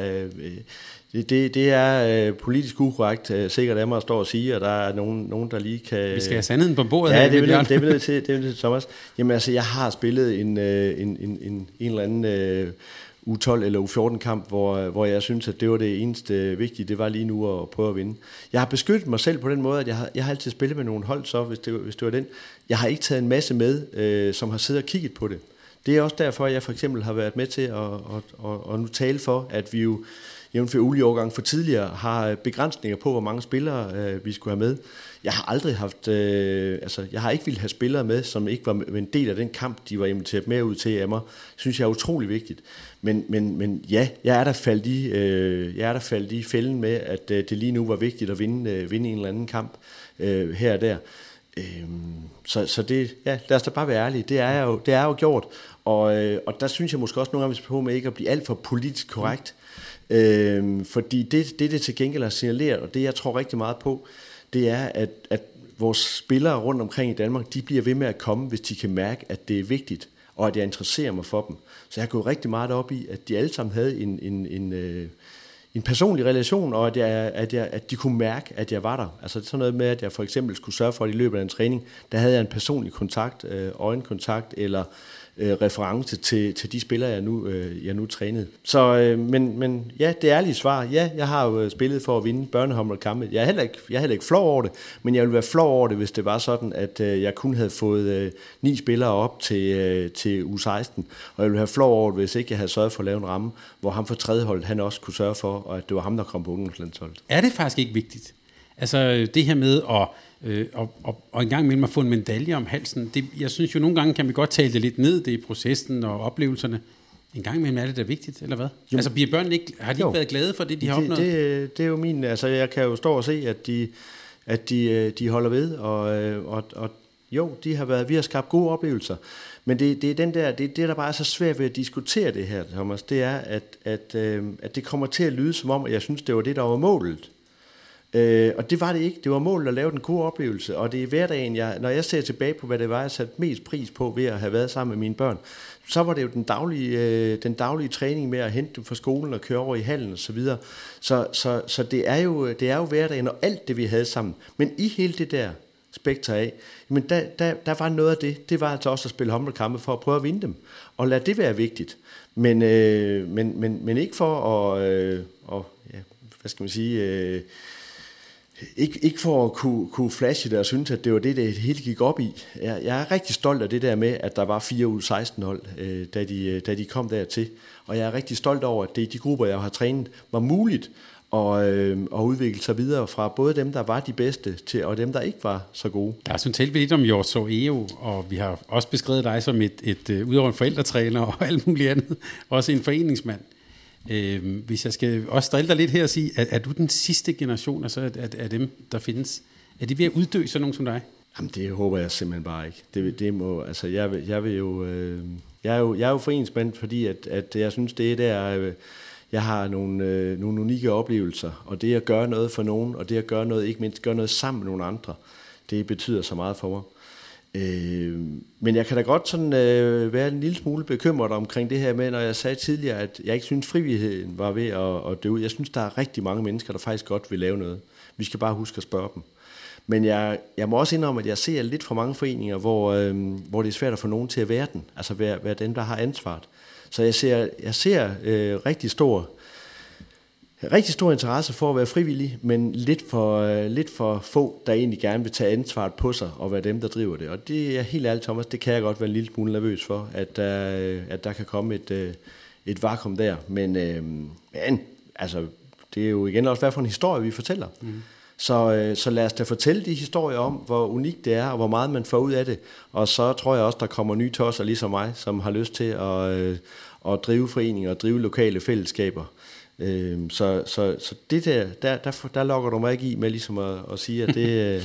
Det er politisk ukorrekt, sikkert af mig at stå og sige, og der er nogen der lige kan... Vi skal have sandheden på bordet. Ja, det er vel til Thomas. Jamen altså, jeg har spillet en eller anden... U12 eller U14-kamp, hvor jeg synes, at det var det eneste vigtige, det var lige nu at prøve at vinde. Jeg har beskyttet mig selv på den måde, at jeg har altid spillet med nogle hold, så hvis det var den. Jeg har ikke taget en masse med, som har siddet og kigget på det. Det er også derfor, at jeg for eksempel har været med til at nu tale for, at vi jo jævnfør uligårgang for tidligere har begrænsninger på, hvor mange spillere vi skulle have med. Jeg har aldrig haft, jeg har ikke ville have spillere med, som ikke var en del af den kamp, de var inviteret med ud til af mig. Det synes jeg er utrolig vigtigt. Men ja, jeg er der faldet i fælden med, at det lige nu var vigtigt at vinde en eller anden kamp her og der. Så det, ja, lad os da bare være ærlige. Det er jo gjort. Og der synes jeg måske også nogle gange, vi skal på med ikke at blive alt for politisk korrekt. Fordi det til gengæld er signaleret, og det jeg tror rigtig meget på, det er, at vores spillere rundt omkring i Danmark, de bliver ved med at komme, hvis de kan mærke, at det er vigtigt, og at jeg interesserer mig for dem. Så jeg går rigtig meget op i, at de alle sammen havde en personlig relation, og at de kunne mærke, at jeg var der. Altså sådan noget med, at jeg for eksempel skulle sørge for, at i løbet af en træning, der havde jeg en personlig kontakt, øjenkontakt eller reference til de spillere, jeg nu trænede. Så, men ja, det ærlige svar, ja, jeg har jo spillet for at vinde børnehåndboldkampe. Jeg er heller ikke flov over det, men jeg ville være flov over det, hvis det var sådan, at jeg kun havde fået 9 spillere op til U16, og jeg ville have flov over det, hvis ikke jeg havde sørget for at lave en ramme, hvor ham for tredjeholdet, han også kunne sørge for, og at det var ham, der kom på ungdomslandsholdet. Er det faktisk ikke vigtigt? Altså det her med og en gang imellem at få en medalje om halsen, jeg synes jo nogle gange kan vi godt tale det lidt ned, det er processen og oplevelserne. En gang imellem er det da vigtigt, eller hvad? Jo. Altså bliver børnene har de ikke været glade for det, de har opnået? Det er jo min, altså jeg kan jo stå og se, at de holder ved, og jo, vi har skabt gode oplevelser. Men det er det der bare er så svært ved at diskutere det her, Thomas, det er, at det kommer til at lyde som om, at jeg synes, det var det, der var målet. Og det var det ikke. Det var målet at lave den gode oplevelse, og det er hverdagen, når jeg ser tilbage på, hvad det var, jeg satte mest pris på ved at have været sammen med mine børn, så var det jo den daglige træning med at hente dem fra skolen og køre over i hallen og så videre. Så det er jo hverdagen og alt det, vi havde sammen. Men i hele det der spekter af, men der var noget af det. Det var altså også at spille håndboldkampe for at prøve at vinde dem. Og lad det være vigtigt. Men ikke for at hvad skal man sige... Ikke for at kunne flashe det og synes, at det var det hele gik op i. Jeg er rigtig stolt af det der med, at der var 4 U16 hold, da de kom dertil. Og jeg er rigtig stolt over, at det i de grupper, jeg har trænet, var muligt at udvikle sig videre fra både dem, der var de bedste, til og dem, der ikke var så gode. Lars, nu talte vi lidt om Hjortshøj EO, og vi har også beskrevet dig som et udover en forældretræner og alt muligt andet, også en foreningsmand. Hvis jeg skal også drille dig lidt her og sige, er du den sidste generation altså af dem, der findes? Er de ved at uddø, sådan nogen som dig? Jamen, det håber jeg simpelthen bare ikke. Det må, altså, jeg er jo foreningsmand, fordi at jeg synes, det er der, jeg har nogle unikke oplevelser, og det at gøre noget for nogen, og det at gøre noget, ikke mindst gøre noget sammen med nogle andre, det betyder så meget for mig. Men jeg kan da godt sådan være en lille smule bekymret omkring det her med, når jeg sagde tidligere, at jeg ikke synes frivilligheden var ved at dø ud. Jeg synes, der er rigtig mange mennesker, der faktisk godt vil lave noget. Vi skal bare huske at spørge dem. Men jeg må også indrømme, at jeg ser lidt for mange foreninger, hvor det er svært at få nogen til at være den. Altså være den, der har ansvaret. Så jeg ser rigtig stor interesse for at være frivillig, men lidt for få, der egentlig gerne vil tage ansvaret på sig og være dem, der driver det. Og det er helt ærligt, Thomas, det kan jeg godt være en lille smule nervøs for, at der kan komme et vakuum der. Men altså, det er jo igen også, hvad for en historie vi fortæller. Mm. Så lad os da fortælle de historier om, hvor unikt det er, og hvor meget man får ud af det. Og så tror jeg også, der kommer nye tosser ligesom mig, som har lyst til at drive foreninger og drive lokale fællesskaber. Så det der lokker du mig ikke i med ligesom at sige, at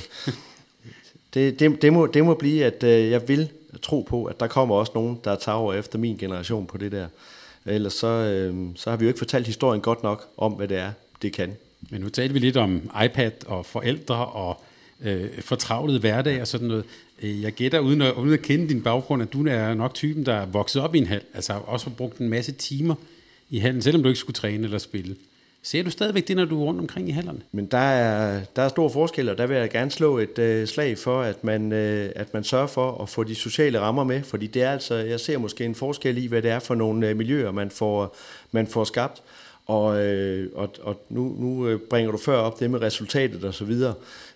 det må blive, at jeg vil tro på, at der kommer også nogen, der tager over efter min generation på det der. Ellers så har vi jo ikke fortalt historien godt nok om, hvad det er, det kan. Men nu talte vi lidt om iPad og forældre og fortravlet hverdag og sådan noget. Jeg gætter, uden at kende din baggrund, at du er nok typen, der er vokset op i en hal, altså også har brugt en masse timer i hallen, selvom du ikke skulle træne eller spille. Ser du stadigvæk det, når du er rundt omkring i hallerne? Men der er store forskelle, og der vil jeg gerne slå et slag for, at man sørger for at få de sociale rammer med, fordi det er altså, jeg ser måske en forskel i, hvad det er for nogle miljøer, man får skabt. Og nu bringer du før op det med resultatet og så videre.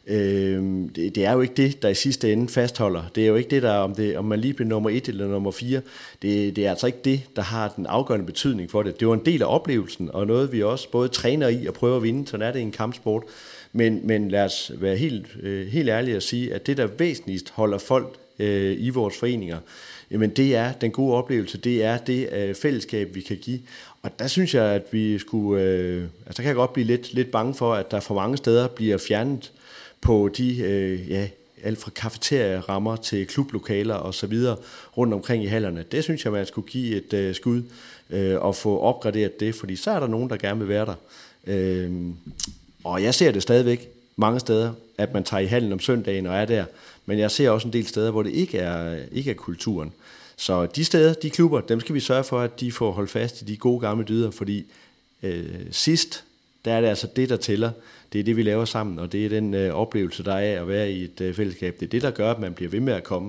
Det er jo ikke det, der i sidste ende fastholder. Det er jo ikke det, der om man lige bliver nummer 1 eller nummer 4. Det er altså ikke det, der har den afgørende betydning for det. Det var en del af oplevelsen, og noget vi også både træner i og prøver at vinde. Sådan er det i en kampsport. Men lad os være helt ærlige og sige, at det, der væsentligst holder folk i vores foreninger, jamen det er den gode oplevelse, det er det fællesskab, vi kan give. Og der synes jeg, at vi skulle, altså der kan jeg godt blive lidt bange for, at der for mange steder bliver fjernet på de, alt fra kafeterierammer til klublokaler og så videre rundt omkring i hallerne. Det synes jeg, man skulle give et skud og få opgraderet det, fordi så er der nogen, der gerne vil være der. Og jeg ser det stadigvæk mange steder, at man tager i hallen om søndagen og er der, men jeg ser også en del steder, hvor det ikke er kulturen. Så de steder, de klubber, dem skal vi sørge for, at de får holdt fast i de gode gamle dyder, fordi sidst, der er det altså det, der tæller. Det er det, vi laver sammen, og det er den oplevelse, der er at være i et fællesskab. Det er det, der gør, at man bliver ved med at komme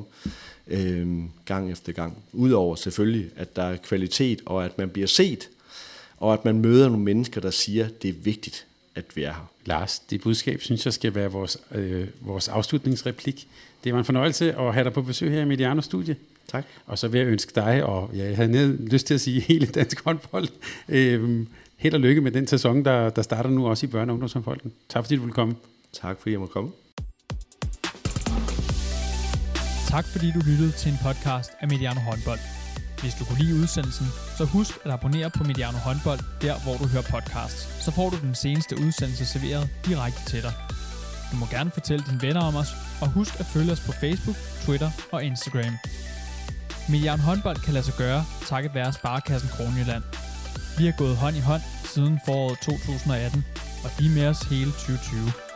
gang efter gang. Udover selvfølgelig, at der er kvalitet, og at man bliver set, og at man møder nogle mennesker, der siger, det er vigtigt, at vi er her. Lars, det budskab, synes jeg, skal være vores afslutningsreplik. Det var en fornøjelse at have dig på besøg her i Mediano Studie. Tak. Og så vil jeg ønske dig, og jeg havde lyst til at sige hele dansk håndbold, held og lykke med den sæson, der starter nu også i børne- og ungdomshåndbolden. Tak fordi du ville komme. Tak fordi jeg måtte komme. Tak fordi du lyttede til en podcast af Mediano Håndbold. Hvis du kunne lide udsendelsen, så husk at abonnere på Mediano Håndbold, der hvor du hører podcasts. Så får du den seneste udsendelse serveret direkte til dig. Du må gerne fortælle dine venner om os, og husk at følge os på Facebook, Twitter og Instagram. Mediano Håndbold kan lade sig gøre, takket være Sparekassen Kronjylland. Vi har gået hånd i hånd siden foråret 2018, og de er med os hele 2020.